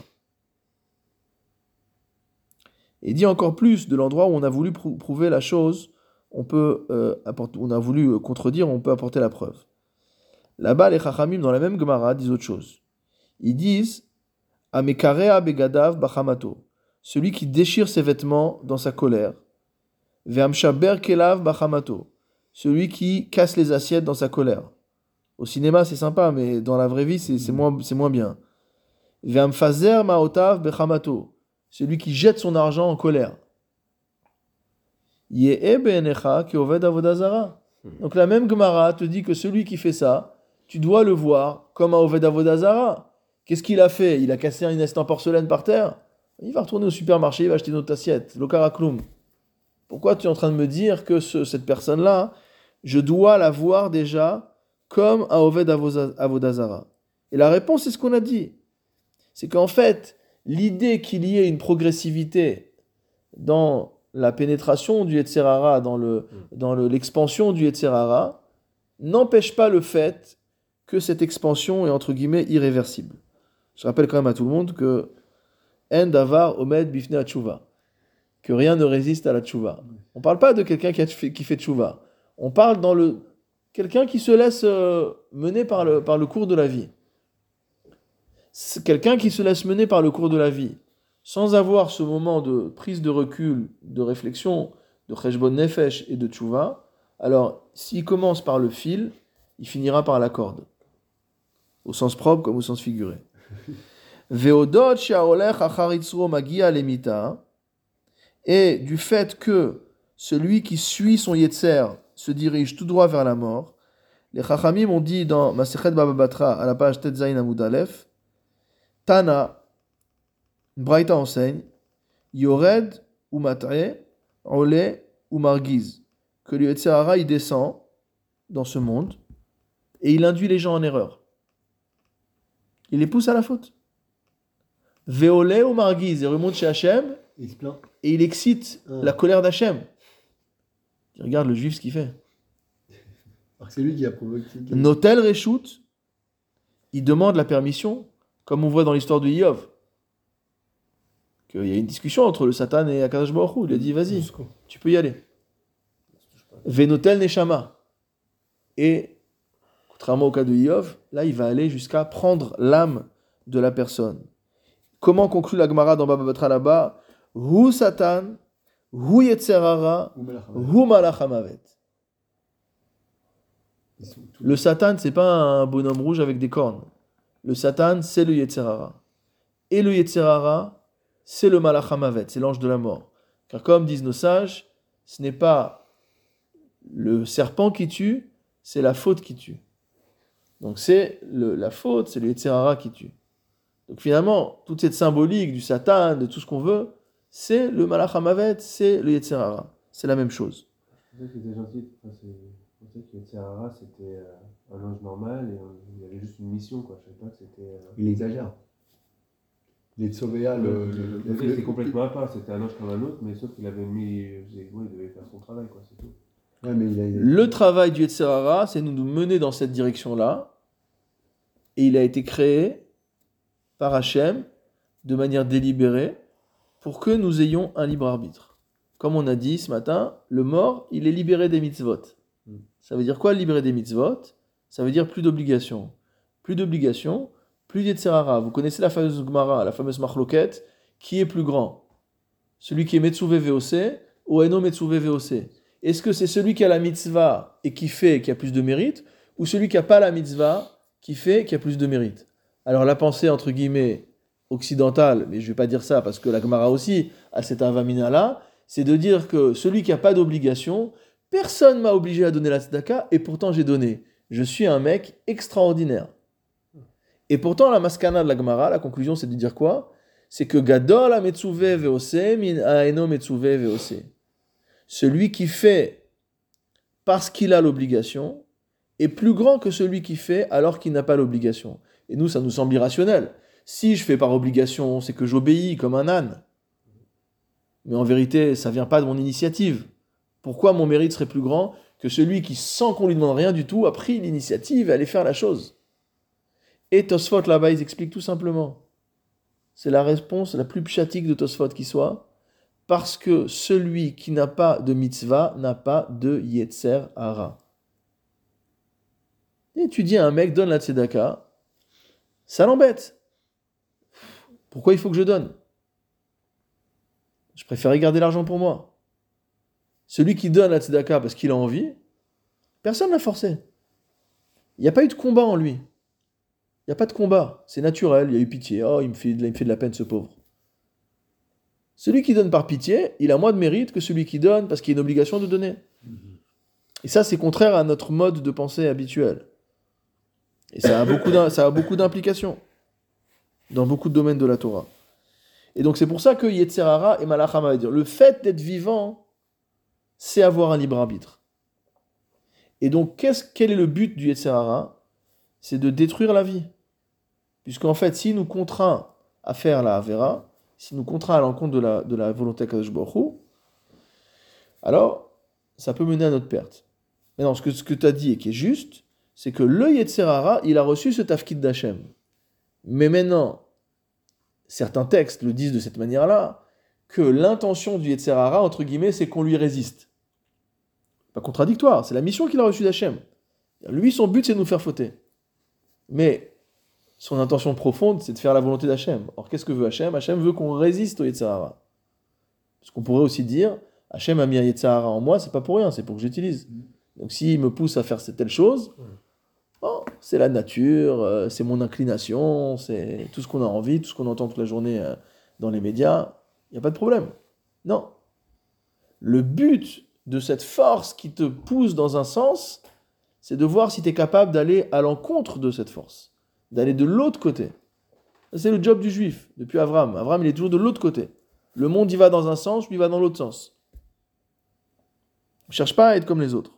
Et dit encore plus de l'endroit où on a voulu prou- prouver la chose, on peut euh, apporter, on a voulu euh, contredire, on peut apporter la preuve. Là-bas, les Chachamim, dans la même Gemara, disent autre chose. Ils disent Amekarea begadav bachamato, celui qui déchire ses vêtements dans sa colère. Ve'amshaber kelav bachamato, celui qui casse les assiettes dans sa colère. Au cinéma, c'est sympa, mais dans la vraie vie, c'est, c'est, moins, c'est moins bien. Ve'amfazer maotav bechamato, celui qui jette son argent en colère. Ye'e be'enecha ke'oved avodah zara. Donc la même Gemara te dit que celui qui fait ça, tu dois le voir comme un oved avodah zara. Qu'est-ce qu'il a fait? Il a cassé une assiette en porcelaine par terre. Il va retourner au supermarché, il va acheter une autre assiette. Lokarakloum. Pourquoi tu es en train de me dire que ce- cette personne-là, je dois la voir déjà comme un oved avodah zara? Et la réponse, c'est ce qu'on a dit. C'est qu'en fait, l'idée qu'il y ait une progressivité dans la pénétration du Yetzer Hara, dans, le, dans le- l'expansion du Yetzer Hara, n'empêche pas le fait que cette expansion est entre guillemets irréversible. Je rappelle quand même à tout le monde que En davar omed bifne tchouva, que rien ne résiste à la tchouva. On ne parle pas de quelqu'un qui, a fait, qui fait tchouva. On parle dans le quelqu'un qui se laisse euh, mener par le, par le cours de la vie. C'est quelqu'un qui se laisse mener par le cours de la vie, sans avoir ce moment de prise de recul, de réflexion, de cheshbon nefesh et de tchouva, alors s'il commence par le fil, il finira par la corde. Au sens propre comme au sens figuré. Ve'odot she'aolech achar yitzro magia lemita, et du fait que celui qui suit son yetzer se dirige tout droit vers la mort, les Chachamim ont dit dans Masechet Baba Batra à la page Tetzain Amud Aleph, Tana, une braïta enseigne, Yored ou Mat'e, Ole ou Margiz, que le Yetzer Hara il descend dans ce monde et il induit les gens en erreur. Il les pousse à la faute. Ve'ole ou Margiz, il remonte chez Hachem Il se plaint. et il excite Ah. la colère d'Hachem. Regarde le juif ce qu'il fait. Alors que c'est lui qui a provoqué. Notel Reshut, il demande la permission, comme on voit dans l'histoire de Yov. Qu'il y a une discussion entre le Satan et Akadosh Baruch Hu. Il a dit, vas-y, tu peux y aller. Venotel Neshama. Et, contrairement au cas de Yov, là, il va aller jusqu'à prendre l'âme de la personne. Comment conclut la Gemara dans Baba Batra là-bas? Hu Satan, Hu Yetzer Hara, Hu Malach HaMavet. Le Satan, c'est pas un bonhomme rouge avec des cornes. Le Satan, c'est le Yetzer Hara. Et le Yetzer Hara, c'est le Malach HaMavet, c'est l'ange de la mort. Car comme disent nos sages, ce n'est pas le serpent qui tue, c'est la faute qui tue. Donc c'est le, la faute, c'est le Yetzer Hara qui tue. Donc finalement, toute cette symbolique du Satan, de tout ce qu'on veut, c'est le Malach HaMavet, c'est le Yetzer Hara. C'est la même chose. Je pensais qu'il était gentil. Enfin, c'est... Je pensais que Yetzer Hara c'était euh, un ange normal et euh, il avait juste une mission, quoi. Je savais pas que c'était. Euh... Il exagère. Il est de sauver à le. le, le, le, c'était complètement à part, c'était un ange comme un autre, mais sauf qu'il avait mis. Il devait faire son travail, quoi, c'est tout. Ouais, mais il a... Le travail du Yetzer Hara, c'est de nous mener dans cette direction-là. Et il a été créé par Hachem de manière délibérée pour que nous ayons un libre arbitre. Comme on a dit ce matin, le mort, il est libéré des mitzvot. Ça veut dire quoi, libéré des mitzvot? Ça veut dire plus d'obligations. Plus d'obligations, plus d'Yetzer Hara. Vous connaissez la fameuse Gemara, la fameuse Machloket, qui est plus grand? Celui qui est Metsuvé V O C ou Eno Metsuvé V O C? Est-ce que c'est celui qui a la mitzvah et qui fait qui a plus de mérite, ou celui qui n'a pas la mitzvah qui fait qui a plus de mérite? Alors la pensée, entre guillemets, occidentale, mais je ne vais pas dire ça parce que la Gemara aussi a cette avamina-là, c'est de dire que celui qui n'a pas d'obligation, personne ne m'a obligé à donner la tzedaka et pourtant j'ai donné. Je suis un mec extraordinaire. Et pourtant, la maskana de la Gemara, la conclusion, c'est de dire quoi? C'est que Gadol ha metzuve veose min haeno metzuve veose. Celui qui fait parce qu'il a l'obligation est plus grand que celui qui fait alors qu'il n'a pas l'obligation. Et nous, ça nous semble irrationnel. Si je fais par obligation, c'est que j'obéis comme un âne. Mais en vérité, ça ne vient pas de mon initiative. Pourquoi mon mérite serait plus grand que celui qui, sans qu'on lui demande rien du tout, a pris l'initiative et allait faire la chose? Et Tosfot, là-bas, ils expliquent tout simplement. C'est la réponse la plus pshatique de Tosfot qui soit, parce que celui qui n'a pas de mitzvah n'a pas de yetzer hara. Et tu dis à un mec, donne la tzedaka, ça l'embête. Pourquoi il faut que je donne? Je préfère garder l'argent pour moi. Celui qui donne la tzedaka parce qu'il a envie, personne ne l'a forcé. Il n'y a pas eu de combat en lui. Il n'y a pas de combat. C'est naturel, il y a eu pitié. Oh, il me fait, il me fait de la peine ce pauvre. Celui qui donne par pitié, il a moins de mérite que celui qui donne parce qu'il y a une obligation de donner. Et ça, c'est contraire à notre mode de pensée habituel. Et ça a beaucoup, ça a beaucoup d'implications dans beaucoup de domaines de la Torah. Et donc c'est pour ça que Yetzer Hara et Malach HaMavet dire le fait d'être vivant, c'est avoir un libre arbitre. Et donc qu'est-ce, quel est le but du Yetzer Hara? C'est de détruire la vie. Puisqu'en fait, s'il nous contraint à faire la Avera, s'il nous contraint à l'encontre de la, de la volonté Kadosh Baruch Hu, alors ça peut mener à notre perte. Mais non, ce que, ce que tu as dit et qui est juste, c'est que le Yetzer Hara, il a reçu ce tafkid d'Hachem. Mais maintenant, certains textes le disent de cette manière-là, que l'intention du Yetzer Hara, entre guillemets, c'est qu'on lui résiste. Pas contradictoire, c'est la mission qu'il a reçue d'Hachem. Lui, son but, c'est de nous faire fauter. Mais son intention profonde, c'est de faire la volonté d'Hachem. Or, qu'est-ce que veut Hachem? Hachem veut qu'on résiste au Yetzer Hara. Parce qu'on pourrait aussi dire, Hachem a mis un Yetzer Hara en moi, c'est pas pour rien, c'est pour que j'utilise. Donc s'il me pousse à faire cette telle chose, oh, c'est la nature, euh, c'est mon inclination, c'est tout ce qu'on a envie, tout ce qu'on entend toute la journée euh, dans les médias, il n'y a pas de problème. Non. Le but de cette force qui te pousse dans un sens, c'est de voir si tu es capable d'aller à l'encontre de cette force, d'aller de l'autre côté. C'est le job du juif, depuis Abraham. Abraham, il est toujours de l'autre côté. Le monde, il va dans un sens, lui, il va dans l'autre sens. On ne cherche pas à être comme les autres.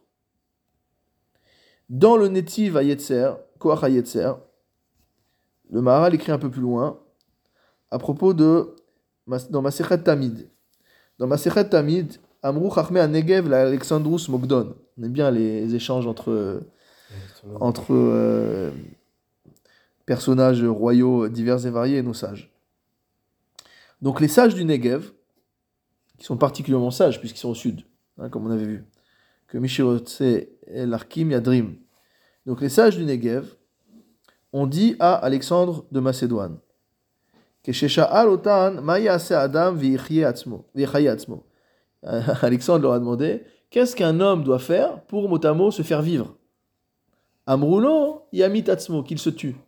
Dans le Netiv à Yetzer, Koach à Yetzer, le Maharal écrit un peu plus loin, à propos de, dans Masechet Tamid. Dans Masechet Tamid, Amrou Chachmei HaNegev l'Alexandrus Mogdon. On aime bien les échanges entre, entre euh, personnages royaux divers et variés et nos sages. Donc les sages du Negev, qui sont particulièrement sages puisqu'ils sont au sud, hein, comme on avait vu, que Mishirotse l'Arkim Yadrim. Donc les sages du Negev ont dit à Alexandre de Macédoine que Shesha'al otan ma ya'aseh adam v'yichye atzmo. Alexandre leur a demandé qu'est-ce qu'un homme doit faire pour mot à mot se faire vivre. Amroulo yamit atzmo, qu'il se tue.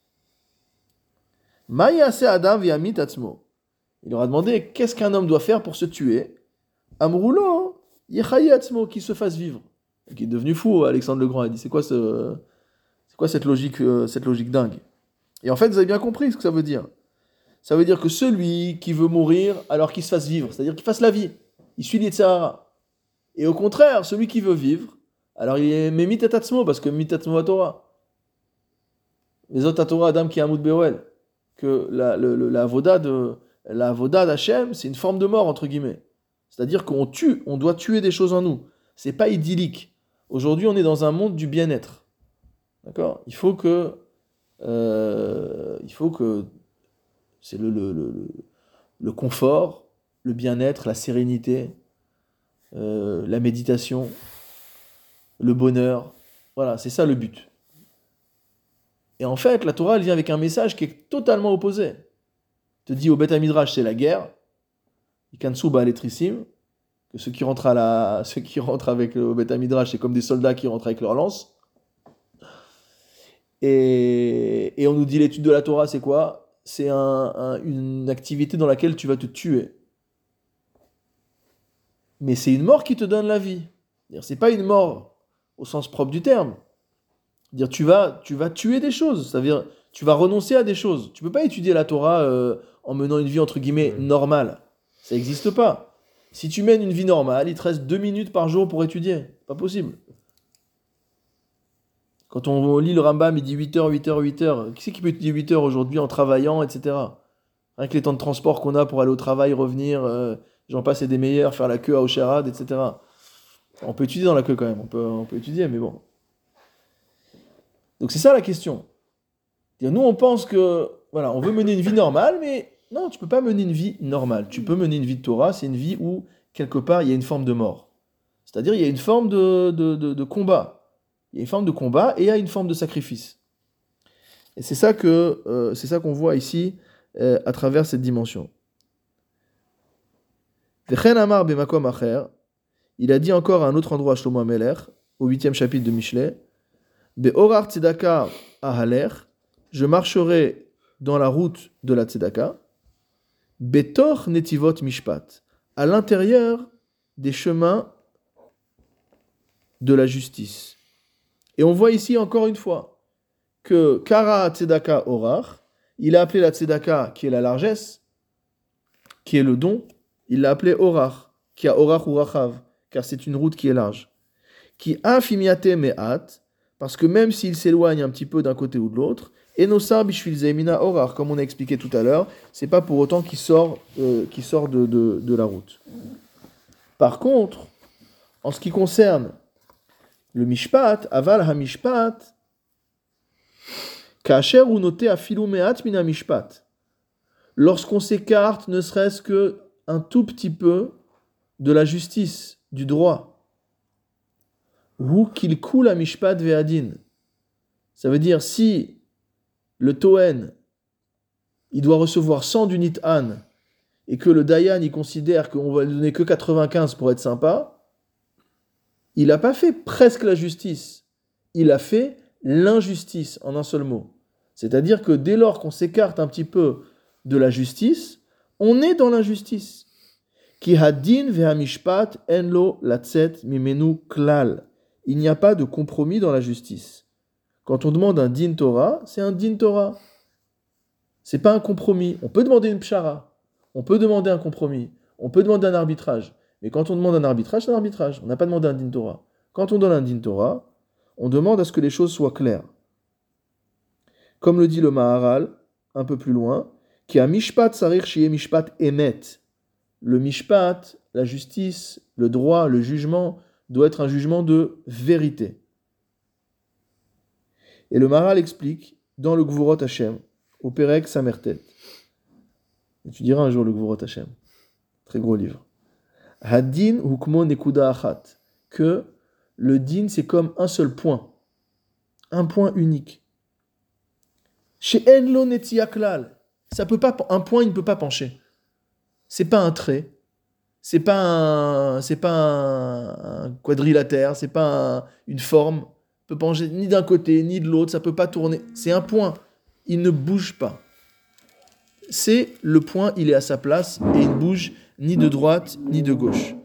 Ma ya'aseh adam v'yamit atzmo. Il leur a demandé qu'est-ce qu'un homme doit faire pour se tuer. Amroulo yichye atzmo, qu'il se fasse vivre. Qui est devenu fou, Alexandre le Grand. Il dit c'est quoi, ce, c'est quoi cette, logique, euh, cette logique dingue? Et en fait, vous avez bien compris ce que ça veut dire. Ça veut dire que celui qui veut mourir alors qu'il se fasse vivre, c'est-à-dire qu'il fasse la vie, il suit l'Yetzer Hara. Et au contraire, celui qui veut vivre, alors il est Memit et Tatzmo, parce que Memit Tatzmo à Torah. Les autres à Torah, Adam qui est Amoud Beoel, que la, le, le, la voda de la voda d'Hachem, c'est une forme de mort, entre guillemets. C'est-à-dire qu'on tue, on doit tuer des choses en nous. C'est pas idyllique. Aujourd'hui, on est dans un monde du bien-être. D'accord ? Il faut que... Euh, il faut que... C'est le, le, le, le confort, le bien-être, la sérénité, euh, la méditation, le bonheur. Voilà, c'est ça le but. Et en fait, la Torah, elle vient avec un message qui est totalement opposé. Elle te dit au Beth Midrash, c'est la guerre. Ikansu ba'aletrissim. Que ceux qui rentrent, à la, ceux qui rentrent avec le Beth Midrash, c'est comme des soldats qui rentrent avec leur lance. Et, et on nous dit l'étude de la Torah, c'est quoi? C'est un, un- une activité dans laquelle tu vas te tuer. Mais c'est une mort qui te donne la vie. C'est-à-dire, c'est pas une mort au sens propre du terme. Dire tu vas, tu vas tuer des choses, c'est-à-dire tu vas renoncer à des choses. Tu peux pas étudier la Torah euh, en menant une vie entre guillemets normale. Ça n'existe pas. Si tu mènes une vie normale, il te reste deux minutes par jour pour étudier. Pas possible. Quand on lit le Rambam, il dit huit heures, huit heures, huit heures. Qui c'est qui peut étudier huit heures aujourd'hui en travaillant, et cetera. Rien que les temps de transport qu'on a pour aller au travail, revenir, euh, j'en passe et des meilleurs, faire la queue à Osherad, et cetera. On peut étudier dans la queue quand même, on peut, on peut étudier, mais bon. Donc c'est ça la question. Dire, nous, on pense que, voilà, on veut mener une vie normale, mais non, tu peux pas mener une vie normale. Tu peux mener une vie de Torah, c'est une vie où, quelque part, il y a une forme de mort. C'est-à-dire, il y a une forme de, de, de, de combat. Il y a une forme de combat et il y a une forme de sacrifice. Et c'est ça que, euh, c'est ça qu'on voit ici, euh, à travers cette dimension. Vechen Amar b'makom acher, il a dit encore à un autre endroit, Shlomo HaMelech, au huitième chapitre de Mishlei, Be'orar tzedaka ahaler, je marcherai dans la route de la tzedaka, Betor netivot mishpat, à l'intérieur des chemins de la justice. Et on voit ici encore une fois que Kara tzedaka orar, il a appelé la tzedaka qui est la largesse, qui est le don, il l'a appelé orar, qui a orar ou rachav, car c'est une route qui est large. Qui a fimiate me'at, parce que même s'il s'éloigne un petit peu d'un côté ou de l'autre, enosar bishvil zeimina orar, comme on a expliqué tout à l'heure, c'est pas pour autant qu'il sort, euh, qu'il sort de, de, de la route. Par contre, en ce qui concerne le mishpat, aval ha-mishpat, kasher ou noté afilu me'at mina mishpat, lorsqu'on s'écarte ne serait-ce que un tout petit peu de la justice, du droit, ou qu'il coule à mishpat ve'adin. Ça veut dire, si le Toen, il doit recevoir cent du Nit'an, et que le Dayan, il considère qu'on va lui donner que quatre-vingt-quinze pour être sympa, il n'a pas fait presque la justice. Il a fait l'injustice, en un seul mot. C'est-à-dire que dès lors qu'on s'écarte un petit peu de la justice, on est dans l'injustice. Ki hadin ve'hamishpat enlo latzet mimenu klal. Il n'y a pas de compromis dans la justice. Quand on demande un din Torah, c'est un din Torah. C'est pas un compromis. On peut demander une pshara. On peut demander un compromis. On peut demander un arbitrage. Mais quand on demande un arbitrage, c'est un arbitrage. On n'a pas demandé un din Torah. Quand on donne un din Torah, on demande à ce que les choses soient claires. Comme le dit le Maharal, un peu plus loin, qui a mishpat sarir shiye mishpat emet. Le mishpat, la justice, le droit, le jugement, doit être un jugement de vérité. Et le Maharal explique dans le Gvurot Hashem, au Perek Samertet. Et tu diras un jour le Gvurot Hashem. Très gros livre. Hadin hukmo nekuda achat. Que le din, c'est comme un seul point. Un point unique. Chez Enlo Netia Klal. Ça peut pas, un point, il ne peut pas pencher. C'est pas un trait. C'est pas un, c'est pas un, un quadrilatère. C'est pas un, une forme. Peut pencher ni d'un côté ni de l'autre, ça peut pas tourner. C'est un point, il ne bouge pas. C'est le point, il est à sa place et il ne bouge ni de droite ni de gauche.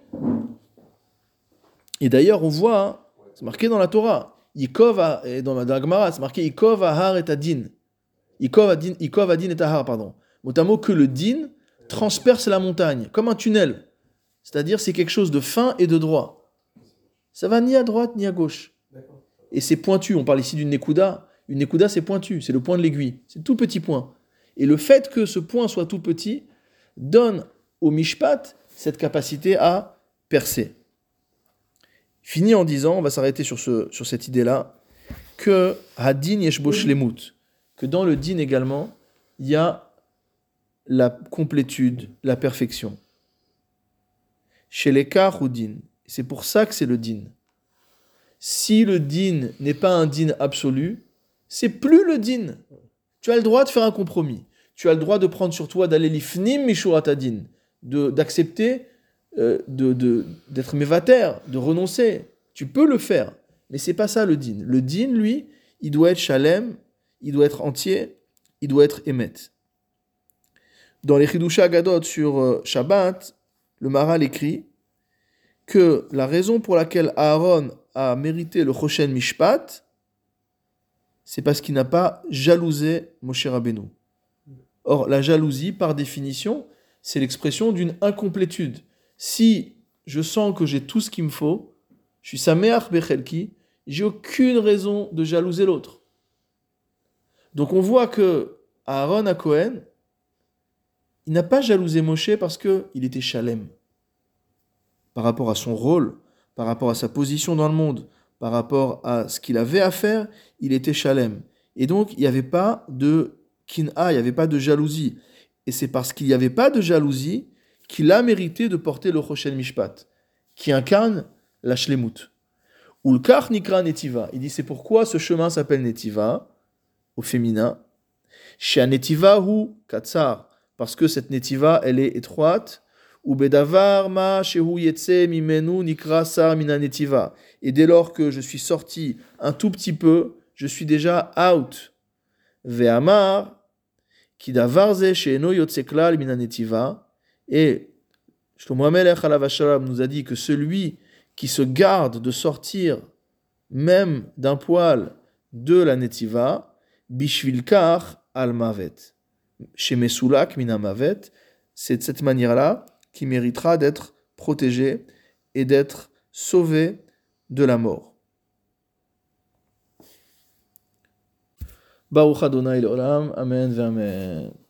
Et d'ailleurs, on voit, hein, c'est marqué dans la Torah, Yikov a, et dans la Gemara, c'est marqué Yikov ahar et adin. Yikov adin, Yikov adin et ahar, pardon. Mot à mot que le din transperce la montagne, comme un tunnel. C'est-à-dire, c'est quelque chose de fin et de droit. Ça va ni à droite ni à gauche. Et c'est pointu, on parle ici d'une nekuda. Une nekuda, c'est pointu, c'est le point de l'aiguille. C'est tout petit point. Et le fait que ce point soit tout petit donne au mishpat cette capacité à percer. Fini en disant, on va s'arrêter sur, ce, sur cette idée-là, que hadin yeshbo shlemut, que dans le din également, il y a la complétude, la perfection. Chez les kar ou din, c'est pour ça que c'est le din. Si le din n'est pas un din absolu, c'est plus le din. Tu as le droit de faire un compromis. Tu as le droit de prendre sur toi d'aller lifnim mishurat hadin, de d'accepter euh, de, de, d'être mévater, de renoncer. Tu peux le faire, mais c'est pas ça le din. Le din, lui, il doit être shalem, il doit être entier, il doit être émet. Dans les Chidusha Agadot sur euh, Shabbat, le Maharal écrit que la raison pour laquelle Aaron a mérité le Choshen Mishpat, c'est parce qu'il n'a pas jalousé Moshe Rabbeinu. Or, la jalousie, par définition, c'est l'expression d'une incomplétude. Si je sens que j'ai tout ce qu'il me faut, je suis Sameach Bechelki, j'ai aucune raison de jalouser l'autre. Donc on voit que Aaron à Cohen, il n'a pas jalousé Moshe parce qu'il était shalem. Par rapport à son rôle, par rapport à sa position dans le monde, par rapport à ce qu'il avait à faire, il était shalem. Et donc, il n'y avait pas de kin'a, il n'y avait pas de jalousie. Et c'est parce qu'il n'y avait pas de jalousie qu'il a mérité de porter le Choshen Mishpat, qui incarne la shlemut. Ou le kach nikra netiva. Il dit, c'est pourquoi ce chemin s'appelle netiva, au féminin. Chez netiva hu katsar, parce que cette netiva, elle est étroite. Ou bedavar ma shehu yetse mimenu nikra sar mina netiva. Et dès lors que je suis sorti un tout petit peu, je suis déjà out. Ve'amar ki davar ze she'eno yotse klal mina netiva. Et Shlomo HaMelech alav hashalom nous a dit que celui qui se garde de sortir même d'un poil de la netiva, bishvil kach al mavet. Chez Mesulak mina mavet, c'est de cette manière-là qui méritera d'être protégé et d'être sauvé de la mort. Baruch Adonai l'olam, amen ve amen.